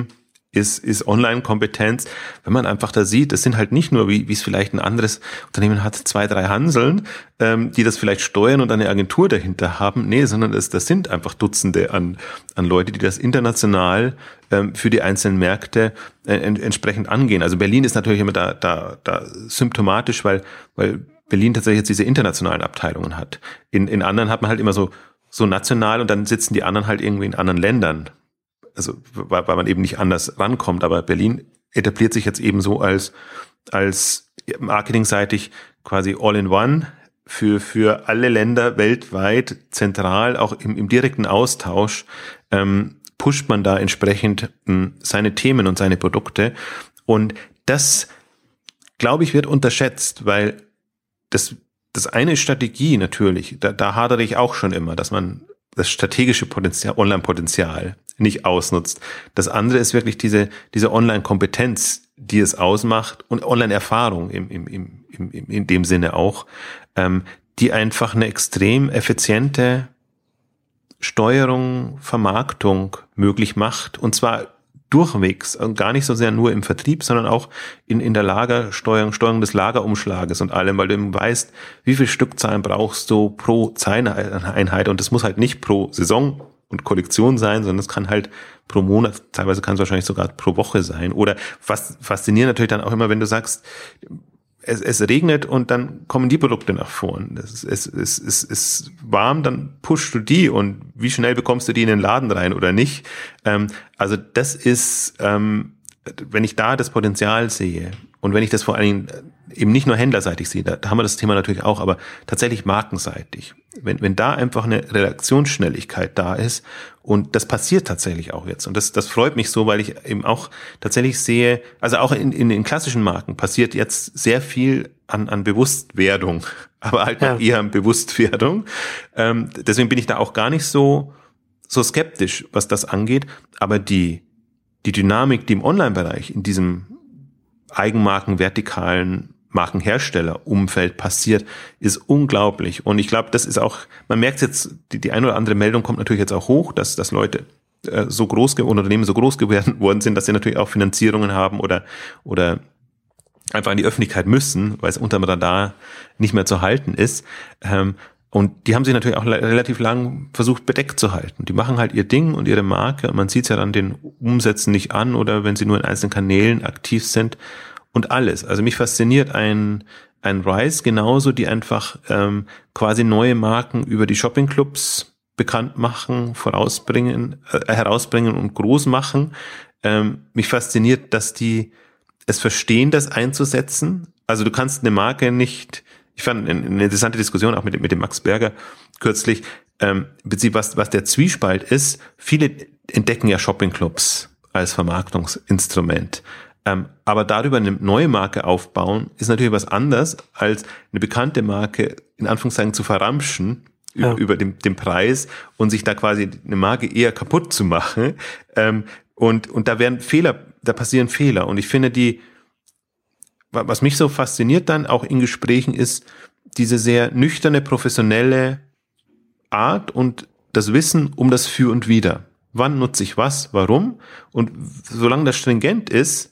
ist Online-Kompetenz, wenn man einfach da sieht, es sind halt nicht nur, wie es vielleicht ein anderes Unternehmen hat, 2, 3 Hanseln, die das vielleicht steuern und eine Agentur dahinter haben. Nee, sondern das sind einfach Dutzende an Leute, die das international für die einzelnen Märkte entsprechend angehen. Also Berlin ist natürlich immer da symptomatisch, weil Berlin tatsächlich jetzt diese internationalen Abteilungen hat. In anderen hat man halt immer so national und dann sitzen die anderen halt irgendwie in anderen Ländern. Also, weil man eben nicht anders rankommt. Aber Berlin etabliert sich jetzt eben so als marketingseitig quasi all-in-one für alle Länder weltweit zentral, auch im direkten Austausch, pusht man da entsprechend seine Themen und seine Produkte. Und das, glaube ich, wird unterschätzt, weil das eine ist Strategie natürlich. Da hadere ich auch schon immer, dass man das strategische Potenzial, Online-Potenzial nicht ausnutzt. Das andere ist wirklich diese Online-Kompetenz, die es ausmacht und Online-Erfahrung in dem Sinne auch, die einfach eine extrem effiziente Steuerung, Vermarktung möglich macht und zwar durchwegs und gar nicht so sehr nur im Vertrieb, sondern auch in der Lagersteuerung, Steuerung des Lagerumschlages und allem, weil du eben weißt, wie viel Stückzahlen brauchst du pro Zeileneinheit und das muss halt nicht pro Saison und Kollektion sein, sondern es kann halt pro Monat, teilweise kann es wahrscheinlich sogar pro Woche sein. Oder was faszinierend natürlich dann auch immer, wenn du sagst, es regnet und dann kommen die Produkte nach vorn. Es ist warm, dann pushst du die und wie schnell bekommst du die in den Laden rein oder nicht. Also das ist, wenn ich da das Potenzial sehe und wenn ich das vor allen Dingen eben nicht nur händlerseitig sehe, da haben wir das Thema natürlich auch, aber tatsächlich markenseitig. Wenn da einfach eine Reaktionsschnelligkeit da ist und das passiert tatsächlich auch jetzt und das freut mich so, weil ich eben auch tatsächlich sehe, also auch in den klassischen Marken passiert jetzt sehr viel an Bewusstwerdung, aber halt noch eher an Bewusstwerdung. Deswegen bin ich da auch gar nicht so skeptisch, was das angeht, aber die Dynamik, die im Online-Bereich in diesem Eigenmarken, vertikalen Markenherstellerumfeld passiert, ist unglaublich. Und ich glaube, das ist auch, man merkt jetzt, die eine oder andere Meldung kommt natürlich jetzt auch hoch, dass Leute Unternehmen so groß geworden sind, dass sie natürlich auch Finanzierungen haben oder einfach in die Öffentlichkeit müssen, weil es unterm Radar nicht mehr zu halten ist. Und die haben sich natürlich auch relativ lang versucht, bedeckt zu halten. Die machen halt ihr Ding und ihre Marke und man sieht es ja dann den Umsätzen nicht an oder wenn sie nur in einzelnen Kanälen aktiv sind und alles. Also mich fasziniert ein Rise genauso, die einfach quasi neue Marken über die Shoppingclubs bekannt machen, herausbringen und groß machen. Mich fasziniert, dass die es verstehen, das einzusetzen. Also du kannst eine Marke nicht. Ich fand eine interessante Diskussion auch mit dem Max Berger kürzlich, im Prinzip was der Zwiespalt ist. Viele entdecken ja Shoppingclubs als Vermarktungsinstrument. Aber darüber eine neue Marke aufbauen, ist natürlich was anderes, als eine bekannte Marke in Anführungszeichen zu verramschen über den Preis und sich da quasi eine Marke eher kaputt zu machen. Und da passieren Fehler. Und ich finde was mich so fasziniert dann auch in Gesprächen ist, diese sehr nüchterne, professionelle Art und das Wissen um das Für und Wider. Wann nutze ich was, warum? Und solange das stringent ist,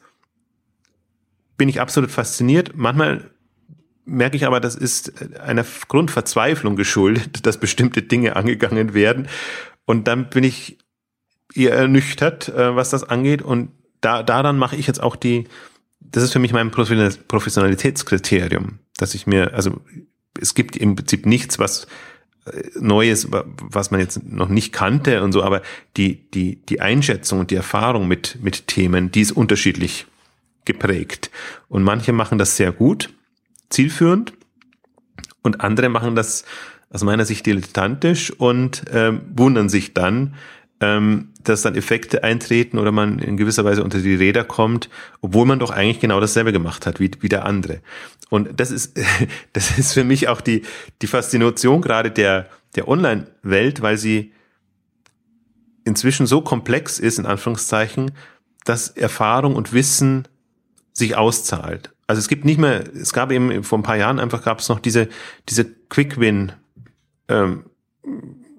bin ich absolut fasziniert. Manchmal merke ich aber, das ist einer Grundverzweiflung geschuldet, dass bestimmte Dinge angegangen werden. Und dann bin ich eher ernüchtert, was das angeht. Und daran mache ich jetzt auch das ist für mich mein Professionalitätskriterium, dass ich es gibt im Prinzip nichts, was Neues, was man jetzt noch nicht kannte und so, aber die Einschätzung und die Erfahrung mit Themen, die ist unterschiedlich geprägt. Und manche machen das sehr gut, zielführend, und andere machen das aus meiner Sicht dilettantisch und wundern sich dann, dass dann Effekte eintreten oder man in gewisser Weise unter die Räder kommt, obwohl man doch eigentlich genau dasselbe gemacht hat wie der andere. Und das ist für mich auch die Faszination gerade der Online-Welt, weil sie inzwischen so komplex ist, in Anführungszeichen, dass Erfahrung und Wissen sich auszahlt. Also es gab eben vor ein paar Jahren gab es noch diese Quick-Win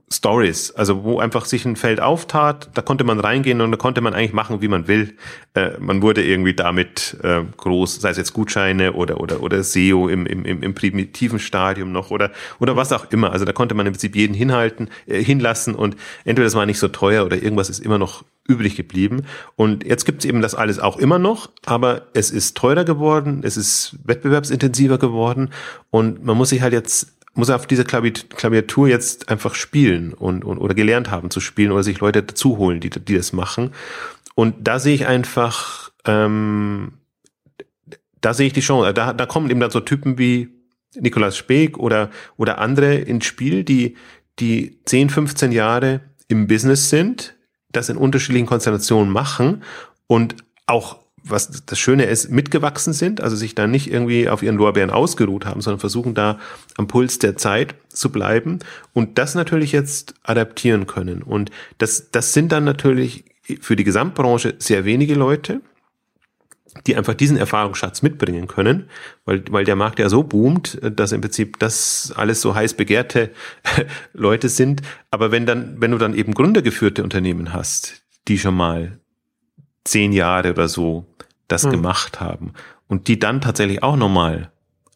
Stories, also wo einfach sich ein Feld auftat, da konnte man reingehen und da konnte man eigentlich machen, wie man will. Man wurde irgendwie damit groß, sei es jetzt Gutscheine oder SEO im primitiven Stadium noch oder was auch immer. Also da konnte man im Prinzip jeden hinlassen und entweder das war nicht so teuer oder irgendwas ist immer noch übrig geblieben. Und jetzt gibt's eben das alles auch immer noch, aber es ist teurer geworden, es ist wettbewerbsintensiver geworden und man muss sich halt jetzt auf dieser Klaviatur jetzt einfach spielen oder gelernt haben zu spielen oder sich Leute dazu holen, die das machen. Und da sehe ich einfach, da sehe ich die Chance. Da kommen eben dann so Typen wie Nikolaus Speck oder andere ins Spiel, die 10, 15 Jahre im Business sind, das in unterschiedlichen Konstellationen machen und auch, was das Schöne ist, mitgewachsen sind, also sich da nicht irgendwie auf ihren Lorbeeren ausgeruht haben, sondern versuchen da am Puls der Zeit zu bleiben und das natürlich jetzt adaptieren können. Und das sind dann natürlich für die Gesamtbranche sehr wenige Leute, die einfach diesen Erfahrungsschatz mitbringen können, weil der Markt ja so boomt, dass im Prinzip das alles so heiß begehrte Leute sind. Aber wenn du dann eben gründergeführte Unternehmen hast, die schon mal 10 Jahre oder so das gemacht haben und die dann tatsächlich auch nochmal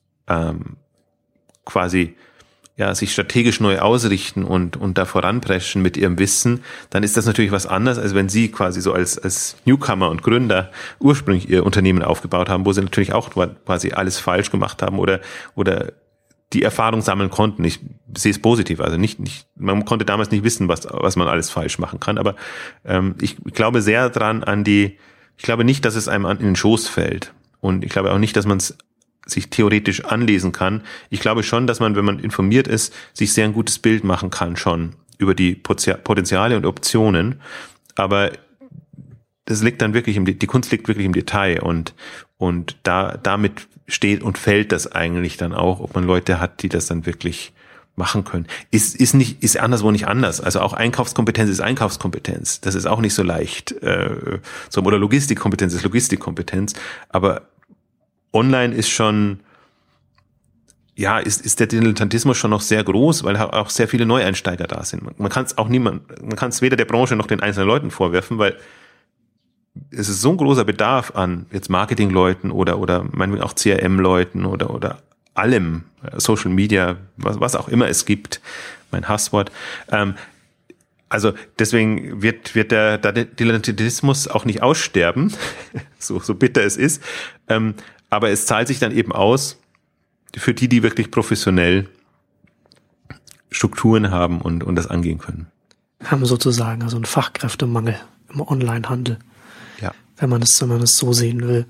quasi sich strategisch neu ausrichten und da voranpreschen mit ihrem Wissen, dann ist das natürlich was anderes, als wenn sie quasi so als Newcomer und Gründer ursprünglich ihr Unternehmen aufgebaut haben, wo sie natürlich auch quasi alles falsch gemacht haben oder die Erfahrung sammeln konnten. Ich sehe es positiv, also nicht, man konnte damals nicht wissen, was man alles falsch machen kann, aber ich glaube sehr dran ich glaube nicht, dass es einem in den Schoß fällt und ich glaube auch nicht, dass man es sich theoretisch anlesen kann. Ich glaube schon, dass man, wenn man informiert ist, sich sehr ein gutes Bild machen kann schon über die Potenziale und Optionen, aber das liegt dann wirklich die Kunst liegt wirklich im Detail und damit steht und fällt das eigentlich dann auch, ob man Leute hat, die das dann wirklich machen können. Ist anderswo nicht anders. Also auch Einkaufskompetenz ist Einkaufskompetenz. Das ist auch nicht so leicht. Oder Logistikkompetenz ist Logistikkompetenz. Aber online ist schon, ist der Dilettantismus schon noch sehr groß, weil auch sehr viele Neueinsteiger da sind. Man kann es weder der Branche noch den einzelnen Leuten vorwerfen, weil es ist so ein großer Bedarf an jetzt Marketingleuten oder meinetwegen auch CRM-Leuten oder allem, Social Media, was auch immer es gibt, mein Hasswort. Also deswegen wird der Dilettantismus auch nicht aussterben, so bitter es ist, aber es zahlt sich dann eben aus für die wirklich professionell Strukturen haben und das angehen können. Haben sozusagen also einen Fachkräftemangel im Onlinehandel. Ja. Wenn man es so sehen will.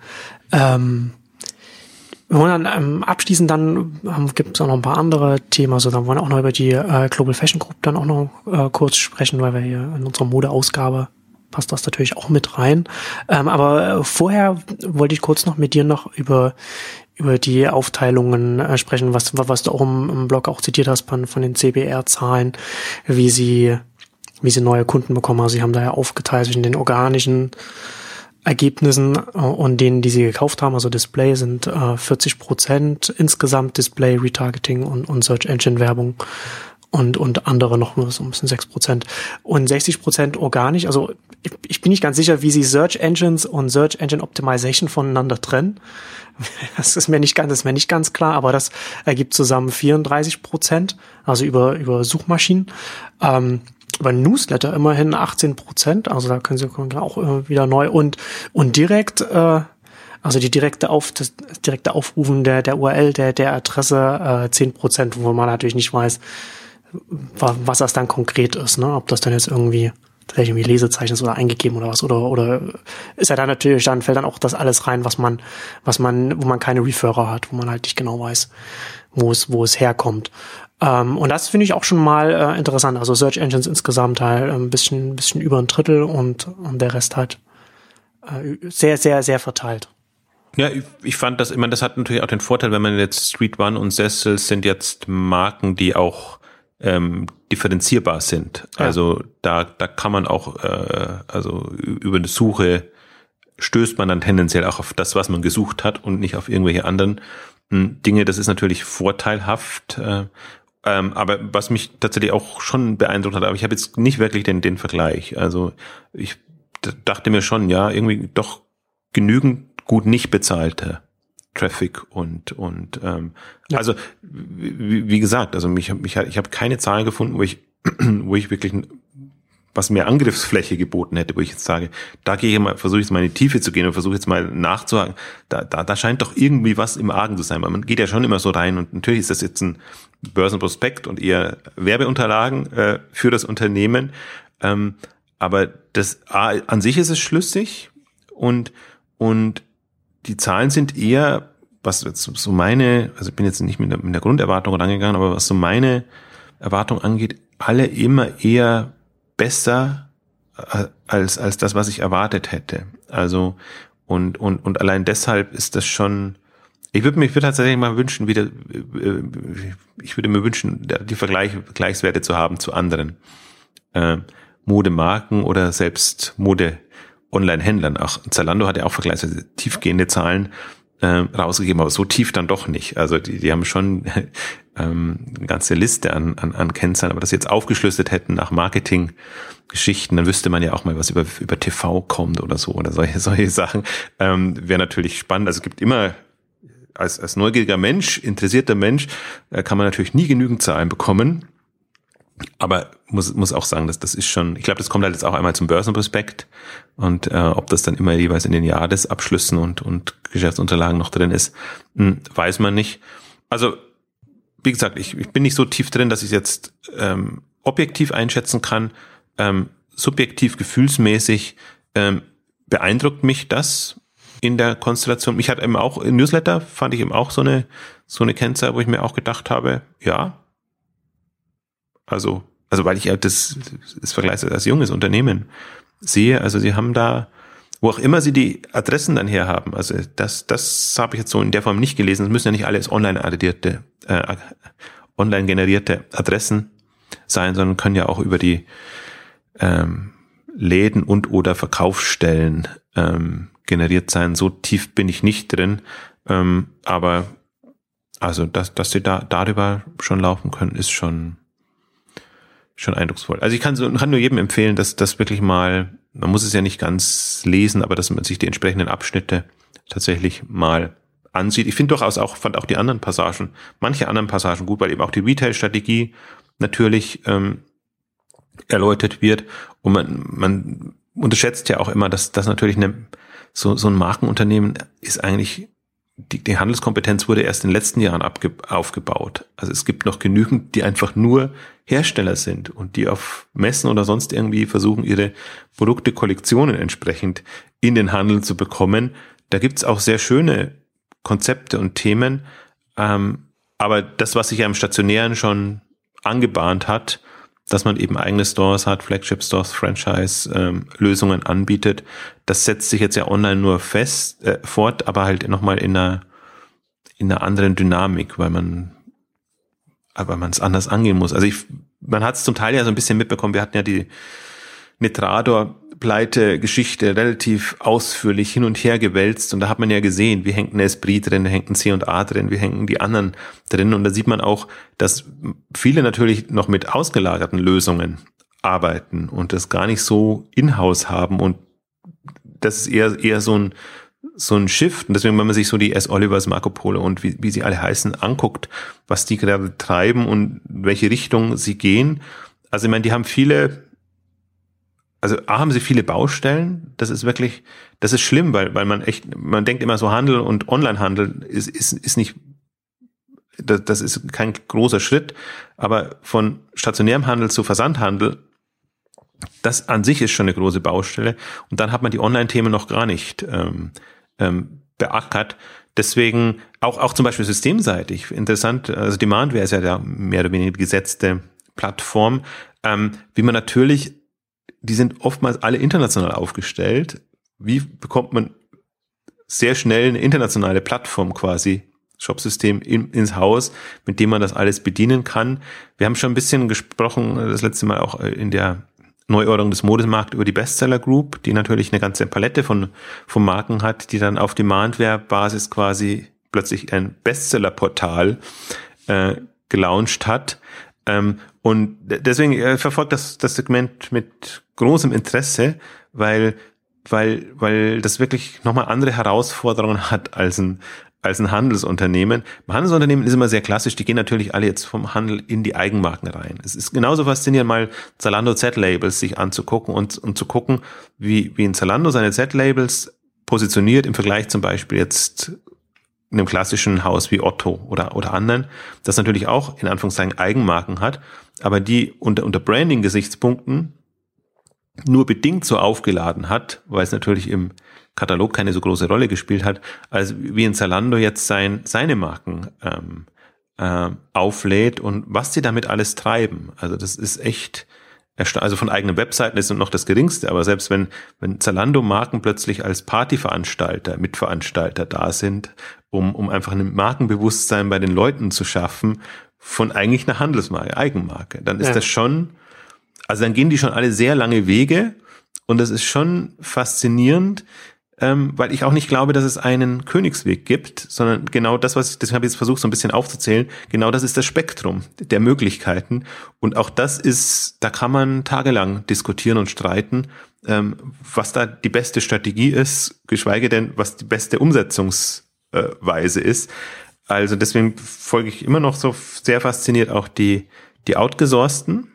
Wir wollen dann abschließend gibt es auch noch ein paar andere Themen, also dann wollen wir auch noch über die Global Fashion Group dann auch noch kurz sprechen, weil wir hier in unserer Modeausgabe passt das natürlich auch mit rein. Aber vorher wollte ich kurz noch mit dir noch über die Aufteilungen sprechen, was du auch im Blog auch zitiert hast von den CBR-Zahlen, wie sie neue Kunden bekommen. Also sie haben da ja aufgeteilt zwischen den organischen Ergebnissen und denen, die sie gekauft haben. Also Display sind 40% insgesamt, Display, Retargeting und Search Engine Werbung und andere noch nur so ein bisschen 6% und 60% organisch. Also ich bin nicht ganz sicher, wie sie Search Engines und Search Engine Optimization voneinander trennen. Das ist mir nicht ganz klar, aber das ergibt zusammen 34%, also über Suchmaschinen. Über Newsletter immerhin 18%, also da können Sie auch wieder neu und direkt, also das direkte Aufrufen der URL, der Adresse 10%, wo man natürlich nicht weiß, was das dann konkret ist, ne? Ob das dann jetzt irgendwie vielleicht irgendwie Lesezeichen ist oder eingegeben oder was oder ist ja dann natürlich, dann fällt dann auch das alles rein, wo man keine Referrer hat, wo man halt nicht genau weiß, wo es herkommt. Und das finde ich auch schon mal interessant. Also Search Engines insgesamt halt ein bisschen über ein Drittel und der Rest halt sehr, sehr, sehr verteilt. Ja, ich fand das, das hat natürlich auch den Vorteil, wenn man jetzt Street One und Sessel sind jetzt Marken, die auch differenzierbar sind. Ja. Also da kann man auch, also über eine Suche stößt man dann tendenziell auch auf das, was man gesucht hat und nicht auf irgendwelche anderen Dinge. Das ist natürlich vorteilhaft. Aber was mich tatsächlich auch schon beeindruckt hat, aber ich habe jetzt nicht wirklich den Vergleich. Also ich dachte mir schon, ja, irgendwie doch genügend gut nicht bezahlter Traffic und also wie gesagt, also ich habe keine Zahlen gefunden, wo ich wirklich was mehr Angriffsfläche geboten hätte, wo ich jetzt sage, da versuche ich jetzt mal in die Tiefe zu gehen und versuche jetzt mal nachzuhaken. Da scheint doch irgendwie was im Argen zu sein, weil man geht ja schon immer so rein und natürlich ist das jetzt ein Börsenprospekt und eher Werbeunterlagen für das Unternehmen, aber das an sich ist es schlüssig und die Zahlen sind eher, was jetzt so meine, also ich bin jetzt nicht mit der Grunderwartung rangegangen, aber was so meine Erwartung angeht, alle immer eher besser als das, was ich erwartet hätte. Also und allein deshalb ist das schon. Ich würde tatsächlich mal wünschen, ich würde mir wünschen, die Vergleichswerte zu haben zu anderen Modemarken oder selbst Mode-Online-Händlern. Auch Zalando hat ja auch vergleichsweise tiefgehende Zahlen rausgegeben, aber so tief dann doch nicht. Also die haben schon eine ganze Liste an Kennzahlen, aber das jetzt aufgeschlüsselt hätten nach Marketing-Geschichten, dann wüsste man ja auch mal, was über TV kommt oder so oder solche Sachen. Wäre natürlich spannend. Also es gibt immer als neugieriger Mensch, interessierter Mensch, kann man natürlich nie genügend Zahlen bekommen. Aber muss auch sagen, dass das ist schon, ich glaube, das kommt halt jetzt auch einmal zum Börsenprospekt und ob das dann immer jeweils in den Jahresabschlüssen und Geschäftsunterlagen noch drin ist, weiß man nicht. Also wie gesagt, ich bin nicht so tief drin, dass ich jetzt objektiv einschätzen kann. Subjektiv, gefühlsmäßig beeindruckt mich das in der Konstellation. Mich hat eben auch im Newsletter fand ich eben auch so eine Kennzahl, wo ich mir auch gedacht habe, ja. Also weil ich halt das vergleichsweise als junges Unternehmen sehe, also sie haben da, wo auch immer sie die Adressen dann herhaben, also das habe ich jetzt so in der Form nicht gelesen, es müssen ja nicht alles online generierte Adressen sein, sondern können ja auch über die Läden und oder Verkaufsstellen generiert sein. So tief bin ich nicht drin, aber also dass sie darüber schon laufen können, ist schon eindrucksvoll. Also ich kann nur jedem empfehlen, dass das wirklich mal, man muss es ja nicht ganz lesen, aber dass man sich die entsprechenden Abschnitte tatsächlich mal ansieht. Ich fand auch die anderen Passagen, manche anderen Passagen gut, weil eben auch die Retail-Strategie natürlich erläutert wird und man unterschätzt ja auch immer, dass das natürlich so ein Markenunternehmen ist eigentlich, die Handelskompetenz wurde erst in den letzten Jahren aufgebaut. Also es gibt noch genügend, die einfach nur Hersteller sind und die auf Messen oder sonst irgendwie versuchen, ihre Produkte, Kollektionen entsprechend in den Handel zu bekommen. Da gibt's auch sehr schöne Konzepte und Themen. Aber das, was sich ja im Stationären schon angebahnt hat, dass man eben eigene Stores hat, Flagship-Stores, Franchise-Lösungen anbietet. Das setzt sich jetzt ja online nur fort, aber halt nochmal in einer anderen Dynamik, weil man es anders angehen muss. Also man hat es zum Teil ja so ein bisschen mitbekommen, wir hatten ja die Netrador-Pleite-Geschichte relativ ausführlich hin und her gewälzt und da hat man ja gesehen, wie hängt ein Esprit drin, wie hängt ein C&A drin, wie hängen die anderen drin und da sieht man auch, dass viele natürlich noch mit ausgelagerten Lösungen arbeiten und das gar nicht so in-house haben und das ist eher so ein Shift und deswegen, wenn man sich so die S. Olivers, Marco Polo und wie sie alle heißen, anguckt, was die gerade treiben und in welche Richtung sie gehen, also ich meine, die haben haben sie viele Baustellen, das ist schlimm, weil man denkt immer so Handel und Onlinehandel ist nicht, das ist kein großer Schritt, aber von stationärem Handel zu Versandhandel, das an sich ist schon eine große Baustelle und dann hat man die Online-Themen noch gar nicht beackert. Deswegen auch zum Beispiel systemseitig interessant, also Demandware ist ja da mehr oder weniger gesetzte Plattform, wie man natürlich, die sind oftmals alle international aufgestellt. Wie bekommt man sehr schnell eine internationale Plattform quasi, Shopsystem ins Haus, mit dem man das alles bedienen kann? Wir haben schon ein bisschen gesprochen, das letzte Mal auch in der Neuordnung des Modemarkts über die Bestseller Group, die natürlich eine ganze Palette von Marken hat, die dann auf Demandware-Basis quasi plötzlich ein Bestseller-Portal gelauncht hat. Und deswegen verfolgt das Segment mit großem Interesse, weil das wirklich nochmal andere Herausforderungen hat als ein Handelsunternehmen. Beim Handelsunternehmen ist immer sehr klassisch, die gehen natürlich alle jetzt vom Handel in die Eigenmarken rein. Es ist genauso faszinierend, mal Zalando Z-Labels sich anzugucken und zu gucken, wie ein Zalando seine Z-Labels positioniert im Vergleich zum Beispiel jetzt einem klassischen Haus wie Otto oder anderen, das natürlich auch in Anführungszeichen Eigenmarken hat, aber die unter Branding-Gesichtspunkten nur bedingt so aufgeladen hat, weil es natürlich im Katalog keine so große Rolle gespielt hat, als wie in Zalando jetzt seine Marken auflädt und was sie damit alles treiben. Also das ist echt, also von eigenen Webseiten ist noch das Geringste, aber selbst wenn Zalando-Marken plötzlich als Partyveranstalter, Mitveranstalter da sind, um einfach ein Markenbewusstsein bei den Leuten zu schaffen, von eigentlich einer Handelsmarke, Eigenmarke, dann ist das schon, also dann gehen die schon alle sehr lange Wege und das ist schon faszinierend, weil ich auch nicht glaube, dass es einen Königsweg gibt, sondern genau das, deswegen habe ich jetzt versucht, so ein bisschen aufzuzählen, genau das ist das Spektrum der Möglichkeiten. Und auch das ist, da kann man tagelang diskutieren und streiten, was da die beste Strategie ist, geschweige denn, was die beste Umsetzungsweise ist. Also deswegen folge ich immer noch so sehr fasziniert auch die outgesourcten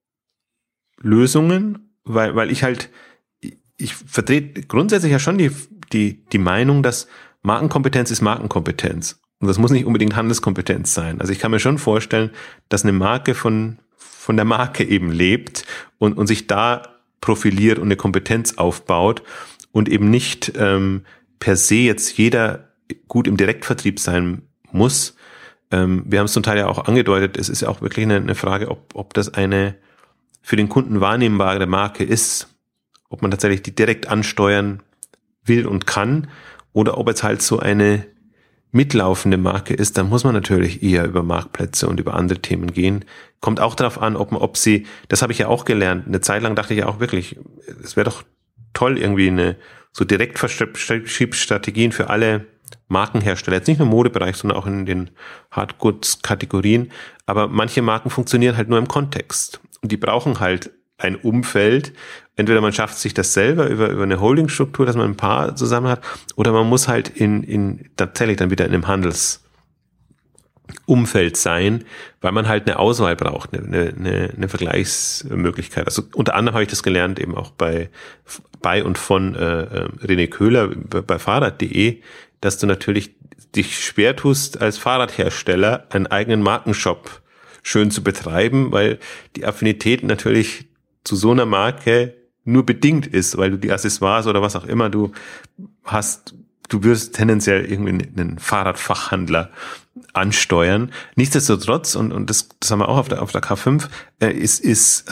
Lösungen, weil ich vertrete grundsätzlich ja schon die Meinung, dass Markenkompetenz ist Markenkompetenz. Und das muss nicht unbedingt Handelskompetenz sein. Also ich kann mir schon vorstellen, dass eine Marke von der Marke eben lebt und sich da profiliert und eine Kompetenz aufbaut und eben nicht per se jetzt jeder gut im Direktvertrieb sein muss. Wir haben es zum Teil ja auch angedeutet, es ist ja auch wirklich eine Frage, ob das eine für den Kunden wahrnehmbare Marke ist, ob man tatsächlich die direkt ansteuern will und kann oder ob es halt so eine mitlaufende Marke ist, dann muss man natürlich eher über Marktplätze und über andere Themen gehen. Kommt auch darauf an, ob sie, das habe ich ja auch gelernt, eine Zeit lang dachte ich ja auch wirklich, es wäre doch toll, irgendwie so Direktvertriebsstrategien für alle Markenhersteller, jetzt nicht nur im Modebereich, sondern auch in den Hardgoods-Kategorien, aber manche Marken funktionieren halt nur im Kontext und die brauchen halt ein Umfeld. Entweder man schafft sich das selber über eine Holdingstruktur, dass man ein paar zusammen hat, oder man muss halt tatsächlich dann wieder in einem Handelsumfeld sein, weil man halt eine Auswahl braucht, eine Vergleichsmöglichkeit. Also unter anderem habe ich das gelernt eben auch bei und von René Köhler bei Fahrrad.de, dass du natürlich dich schwer tust, als Fahrradhersteller einen eigenen Markenshop schön zu betreiben, weil die Affinität natürlich zu so einer Marke nur bedingt ist, weil du die Accessoires oder was auch immer du wirst tendenziell irgendwie einen Fahrradfachhandler ansteuern. Nichtsdestotrotz, und das haben wir auch auf der K5, ist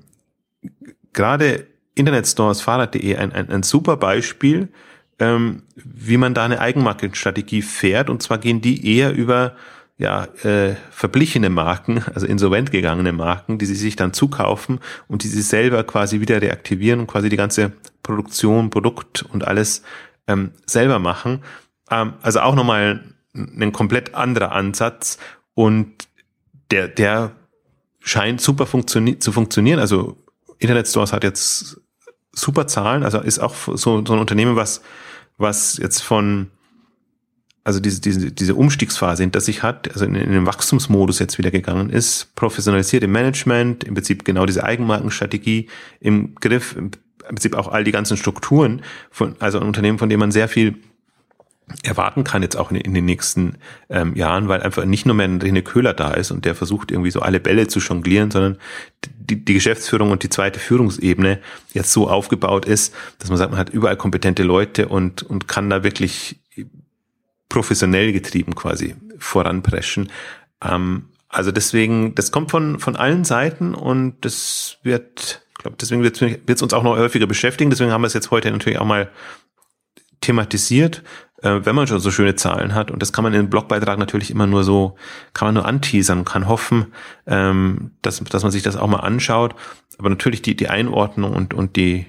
gerade Internetstores Fahrrad.de ein super Beispiel, wie man da eine Eigenmarkenstrategie fährt, und zwar gehen die eher über verblichene Marken, also insolvent gegangene Marken, die sie sich dann zukaufen und die sie selber quasi wieder reaktivieren und quasi die ganze Produktion, Produkt und alles selber machen. Also auch nochmal ein komplett anderer Ansatz, und der scheint super zu funktionieren. Also Internetstores hat jetzt super Zahlen, also ist auch so ein Unternehmen, was jetzt also diese Umstiegsphase hinter sich hat, also in den Wachstumsmodus jetzt wieder gegangen ist, professionalisiert im Management, im Prinzip genau diese Eigenmarkenstrategie im Griff, im Prinzip auch all die ganzen Strukturen also ein Unternehmen, von dem man sehr viel erwarten kann jetzt auch in den nächsten Jahren, weil einfach nicht nur mehr ein René Köhler da ist und der versucht irgendwie so alle Bälle zu jonglieren, sondern die Geschäftsführung und die zweite Führungsebene jetzt so aufgebaut ist, dass man sagt, man hat überall kompetente Leute und kann da wirklich professionell getrieben quasi voranpreschen. Also deswegen, das kommt von allen Seiten, und das deswegen wird es uns auch noch häufiger beschäftigen. Deswegen haben wir es jetzt heute natürlich auch mal thematisiert, wenn man schon so schöne Zahlen hat. Und das kann man in einem Blogbeitrag natürlich immer nur so, kann man nur anteasern, kann hoffen, dass man sich das auch mal anschaut. Aber natürlich die Einordnung und die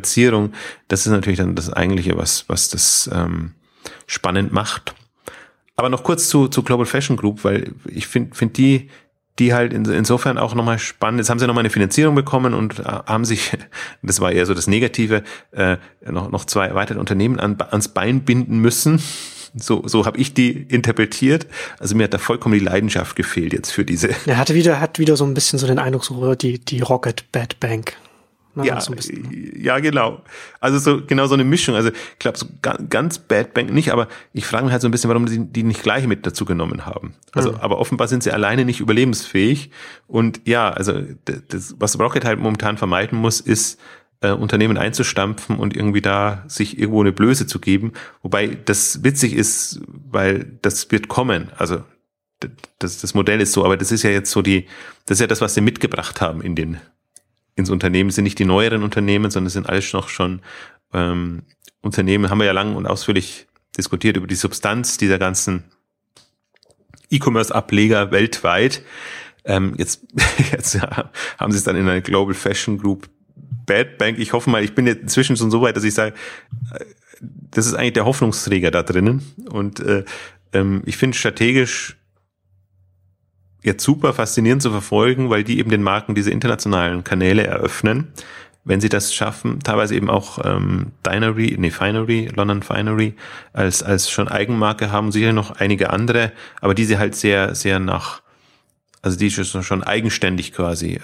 Cross-Referenzierung, das ist natürlich dann das Eigentliche, was das spannend macht. Aber noch kurz zu Global Fashion Group, weil ich finde die halt insofern auch nochmal spannend. Jetzt haben sie nochmal eine Finanzierung bekommen und haben sich, das war eher so das Negative, noch 2 weitere Unternehmen ans Bein binden müssen. So habe ich die interpretiert. Also mir hat da vollkommen die Leidenschaft gefehlt jetzt für diese. Er hat wieder so ein bisschen so den Eindruck, so die Rocket Bad Bank. Ja, so ja, genau. Also so eine Mischung. Also ich glaube, so ganz Bad Bank nicht, aber ich frage mich halt so ein bisschen, warum die nicht gleich mit dazu genommen haben. Also, aber offenbar sind sie alleine nicht überlebensfähig. Und ja, also das, was Rocket halt momentan vermeiden muss, ist Unternehmen einzustampfen und irgendwie da sich irgendwo eine Blöße zu geben. Wobei das witzig ist, weil das wird kommen. Also das Modell ist so, aber das ist ja jetzt so das ist ja das, was sie mitgebracht haben ins Unternehmen. Das sind nicht die neueren Unternehmen, sondern es sind alles noch schon Unternehmen, haben wir ja lang und ausführlich diskutiert über die Substanz dieser ganzen E-Commerce-Ableger weltweit. Jetzt haben sie es dann in eine Global Fashion Group Bad Bank. Ich hoffe mal, ich bin jetzt inzwischen schon so weit, dass ich sage, das ist eigentlich der Hoffnungsträger da drinnen. Und ich finde strategisch jetzt super faszinierend zu verfolgen, weil die eben den Marken diese internationalen Kanäle eröffnen. Wenn sie das schaffen, teilweise eben auch Finery, London Finery als schon Eigenmarke haben, sicher noch einige andere, aber die sie halt sehr, sehr also die schon eigenständig quasi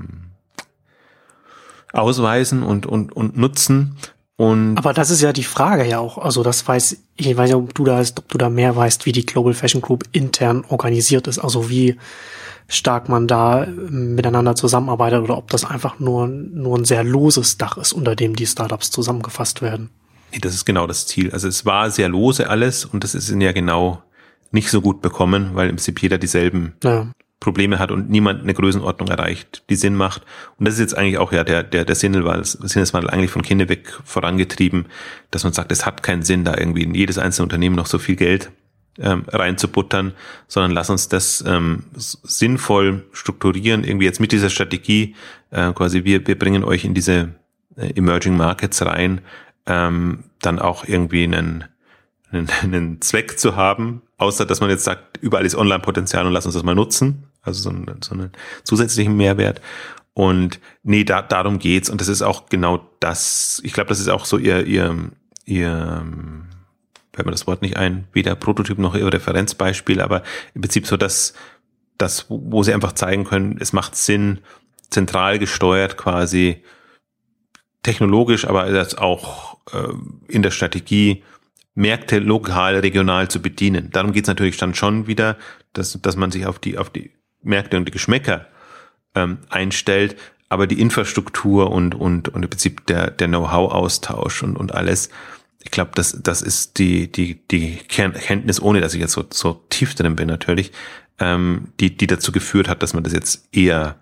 ausweisen und nutzen. Aber das ist ja die Frage ja auch. Also ich weiß ja, ob du da mehr weißt, wie die Global Fashion Group intern organisiert ist. Also wie stark man da miteinander zusammenarbeitet oder ob das einfach nur ein sehr loses Dach ist, unter dem die Startups zusammengefasst werden. Nee, das ist genau das Ziel. Also es war sehr lose alles und das ist ihnen ja genau nicht so gut bekommen, weil im Prinzip jeder dieselben Probleme hat und niemand eine Größenordnung erreicht, die Sinn macht. Und das ist jetzt eigentlich auch ja der Sinneswandel eigentlich von Kinnevik vorangetrieben, dass man sagt, es hat keinen Sinn, da irgendwie in jedes einzelne Unternehmen noch so viel Geld reinzubuttern, sondern lass uns das sinnvoll strukturieren, irgendwie jetzt mit dieser Strategie, quasi wir bringen euch in diese Emerging Markets rein, dann auch irgendwie einen Zweck zu haben, außer dass man jetzt sagt, überall ist Online-Potenzial und lass uns das mal nutzen, also so einen zusätzlichen Mehrwert. Und nee, darum geht's. Und das ist auch genau das, ich glaube, das ist auch so ihr fällt mir das Wort nicht ein, weder Prototyp noch ihr Referenzbeispiel, aber im Prinzip so das, wo sie einfach zeigen können, es macht Sinn, zentral gesteuert quasi, technologisch, aber das auch in der Strategie, Märkte lokal, regional zu bedienen. Darum geht's natürlich dann schon wieder, dass man sich auf die Märkte und die Geschmäcker einstellt, aber die Infrastruktur und im Prinzip der Know-how-Austausch und alles, ich glaube, das ist die Kenntnis, ohne dass ich jetzt so tief drin bin natürlich, die dazu geführt hat, dass man das jetzt eher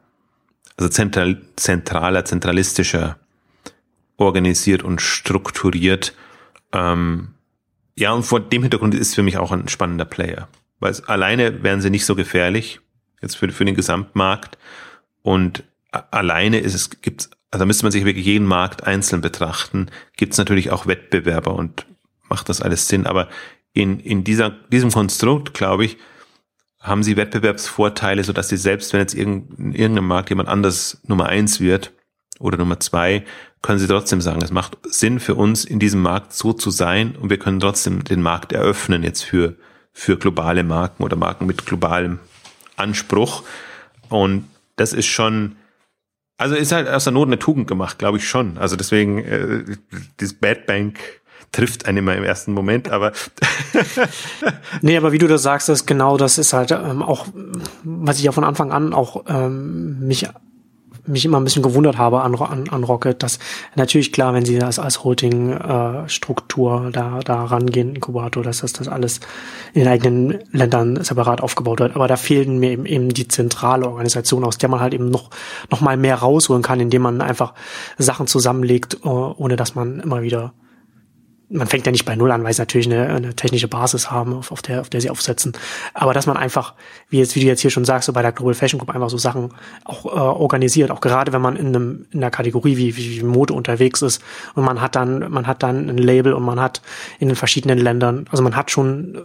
zentralistischer organisiert und strukturiert. Ja, und vor dem Hintergrund ist für mich auch ein spannender Player. Weil alleine wären sie nicht so gefährlich, jetzt für den Gesamtmarkt. Und alleine da müsste man sich wirklich jeden Markt einzeln betrachten, gibt es natürlich auch Wettbewerber und macht das alles Sinn. Aber in diesem Konstrukt, glaube ich, haben sie Wettbewerbsvorteile, sodass sie selbst, wenn jetzt in irgendeinem Markt jemand anders Nummer 1 wird oder Nummer 2, können sie trotzdem sagen, es macht Sinn für uns, in diesem Markt so zu sein und wir können trotzdem den Markt eröffnen jetzt für globale Marken oder Marken mit globalem Anspruch. Und das ist schon, also ist halt aus der Not eine Tugend gemacht, glaube ich schon. Also deswegen, das Bad Bank trifft einen immer im ersten Moment, aber nee, aber wie du das sagst, das ist halt auch, was ich ja von Anfang an auch mich immer ein bisschen gewundert habe an Rocket, dass natürlich klar, wenn sie das als Holding-Struktur da rangehen, Inkubator, dass das alles in den eigenen Ländern separat aufgebaut wird. Aber da fehlen mir eben die zentrale Organisation, aus der man halt eben noch mal mehr rausholen kann, indem man einfach Sachen zusammenlegt, ohne dass man immer wieder, man fängt ja nicht bei Null an, weil sie natürlich eine technische Basis haben, auf der sie aufsetzen. Aber dass man einfach, wie du jetzt hier schon sagst, so bei der Global Fashion Group einfach so Sachen auch organisiert, auch gerade wenn man in einer Kategorie wie Mode unterwegs ist und man hat dann ein Label und man hat in den verschiedenen Ländern, also man hat schon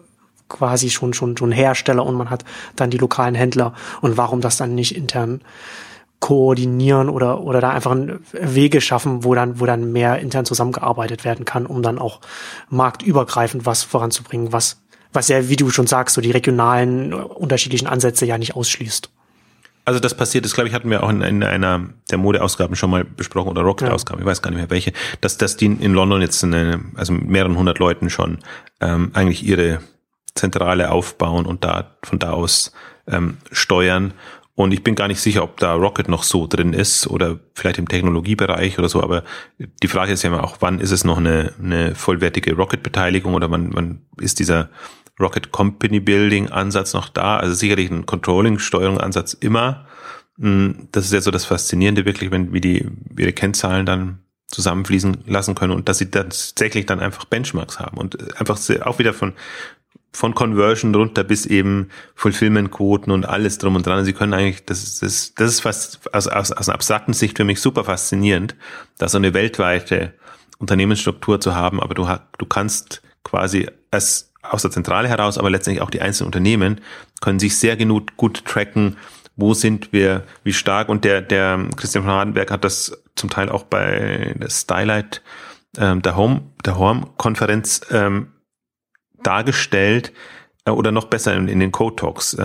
quasi schon Hersteller und man hat dann die lokalen Händler und warum das dann nicht intern koordinieren oder da einfach Wege schaffen, wo dann mehr intern zusammengearbeitet werden kann, um dann auch marktübergreifend was voranzubringen, was ja, wie du schon sagst, so die regionalen unterschiedlichen Ansätze ja nicht ausschließt. Also das passiert ist, glaube ich, hatten wir auch in einer der Modeausgaben schon mal besprochen oder Rocket-Ausgaben, ich weiß gar nicht mehr welche, dass die in London jetzt also mit mehreren hundert Leuten schon eigentlich ihre Zentrale aufbauen und von da aus steuern. Und ich bin gar nicht sicher, ob da Rocket noch so drin ist oder vielleicht im Technologiebereich oder so, aber die Frage ist ja immer auch, wann ist es noch eine vollwertige Rocket-Beteiligung oder wann ist dieser Rocket Company Building Ansatz noch da? Also sicherlich ein Controlling-Steuerung-Ansatz immer. Das ist ja so das Faszinierende wirklich, wie die ihre Kennzahlen dann zusammenfließen lassen können und dass sie tatsächlich dann einfach Benchmarks haben und einfach auch wieder von Conversion runter bis eben Fulfillment-Quoten und alles drum und dran. Und sie können eigentlich, das ist fast aus einer abstrakten Sicht für mich super faszinierend, da so eine weltweite Unternehmensstruktur zu haben, aber du kannst quasi aus der Zentrale heraus, aber letztendlich auch die einzelnen Unternehmen können sich sehr gut tracken, wo sind wir, wie stark. Und der Christian von Hardenberg hat das zum Teil auch bei der Stylight, der Home-Konferenz dargestellt, oder noch besser in den Code Talks,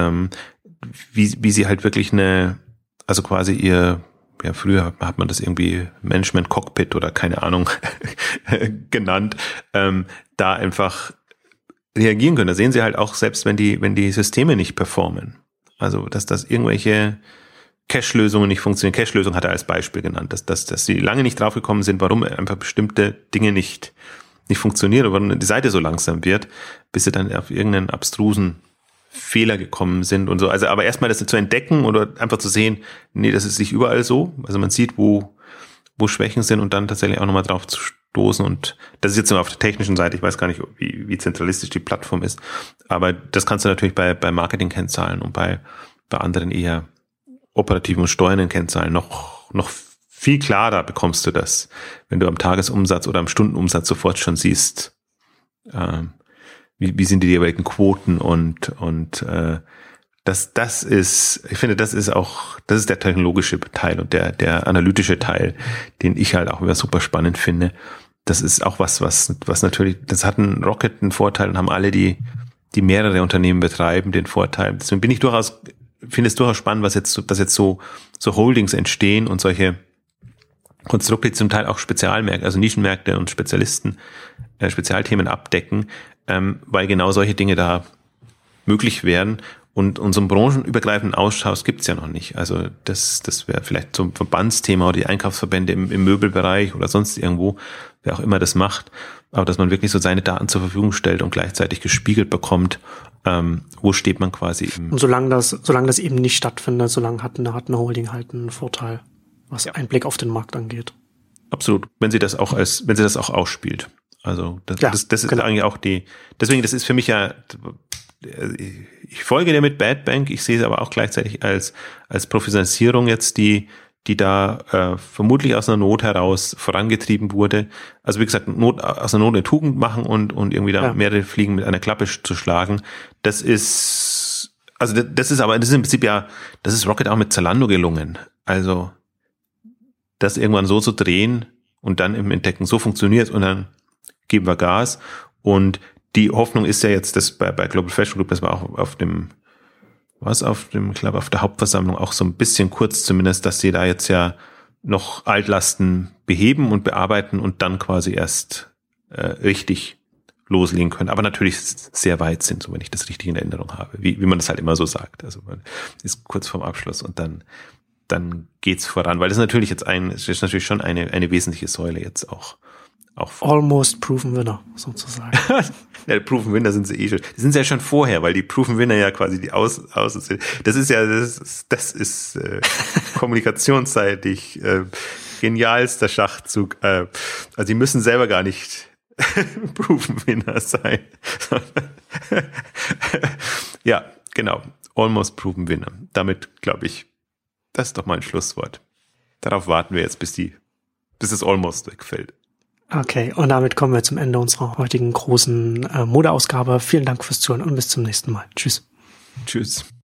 wie sie halt wirklich also quasi früher hat man das irgendwie Management Cockpit oder keine Ahnung genannt, da einfach reagieren können. Da sehen sie halt auch, selbst wenn die Systeme nicht performen. Also, dass das irgendwelche Cache-Lösungen nicht funktionieren. Cache-Lösung hat er als Beispiel genannt, dass sie lange nicht draufgekommen sind, warum einfach bestimmte Dinge nicht funktionieren oder warum die Seite so langsam wird, bis sie dann auf irgendeinen abstrusen Fehler gekommen sind und so. Also, aber erstmal das zu entdecken oder einfach zu sehen, nee, das ist nicht überall so. Also man sieht, wo Schwächen sind und dann tatsächlich auch nochmal drauf zu stoßen. Und das ist jetzt nur auf der technischen Seite. Ich weiß gar nicht, wie zentralistisch die Plattform ist. Aber das kannst du natürlich bei Marketing-Kennzahlen und bei anderen eher operativen und steuernden Kennzahlen noch viel klarer bekommst du das, wenn du am Tagesumsatz oder am Stundenumsatz sofort schon siehst, wie sind die jeweiligen Quoten und das ist, ich finde, das ist der technologische Teil und der analytische Teil, den ich halt auch immer super spannend finde. Das ist auch was natürlich, das hat ein Rocket einen Vorteil und haben alle, die mehrere Unternehmen betreiben, den Vorteil. Deswegen finde es durchaus spannend, dass jetzt so Holdings entstehen und solche Konstrukte, die zum Teil auch Spezialmärkte, also Nischenmärkte und Spezialthemen abdecken, weil genau solche Dinge da möglich wären. Und so einen branchenübergreifenden Austausch gibt's ja noch nicht. Also das wäre vielleicht so ein Verbandsthema oder die Einkaufsverbände im Möbelbereich oder sonst irgendwo, wer auch immer das macht. Aber dass man wirklich so seine Daten zur Verfügung stellt und gleichzeitig gespiegelt bekommt, wo steht man quasi im... Und solange das eben nicht stattfindet, solange hat eine Holding halt einen Vorteil, was Einblick auf den Markt angeht. Absolut. Wenn sie das auch ausspielt. Also das ist genau. Eigentlich auch deswegen, das ist für mich ja, ich folge dir mit Bad Bank, ich sehe es aber auch gleichzeitig als Professionalisierung jetzt, die da vermutlich aus einer Not heraus vorangetrieben wurde. Also wie gesagt, aus einer Not eine Tugend machen und irgendwie da mehrere Fliegen mit einer Klappe zu schlagen, das ist im Prinzip ja, das ist Rocket auch mit Zalando gelungen. Also das irgendwann so zu drehen und dann im Entdecken, so funktioniert und dann geben wir Gas. Und die Hoffnung ist ja jetzt, dass bei Global Fashion Group, das war auch auf der Hauptversammlung auch so ein bisschen kurz zumindest, dass sie da jetzt ja noch Altlasten beheben und bearbeiten und dann quasi erst richtig loslegen können. Aber natürlich sehr weit sind, so wenn ich das richtig in Erinnerung habe, wie man das halt immer so sagt. Also man ist kurz vorm Abschluss und dann geht's voran, weil das natürlich jetzt ist natürlich schon eine wesentliche Säule jetzt auch. Almost Proven Winner, sozusagen. Ja, Proven Winner sind sie eh schon. Die sind ja schon vorher, weil die Proven Winner ja quasi die Außen sind. Das ist kommunikationsseitig genialster Schachzug. Also die müssen selber gar nicht Proven Winner sein. Ja, genau. Almost Proven Winner. Damit, glaube ich, das ist doch mal ein Schlusswort. Darauf warten wir jetzt, bis das Almost wegfällt. Okay, und damit kommen wir zum Ende unserer heutigen großen Modeausgabe. Vielen Dank fürs Zuhören und bis zum nächsten Mal. Tschüss. Tschüss.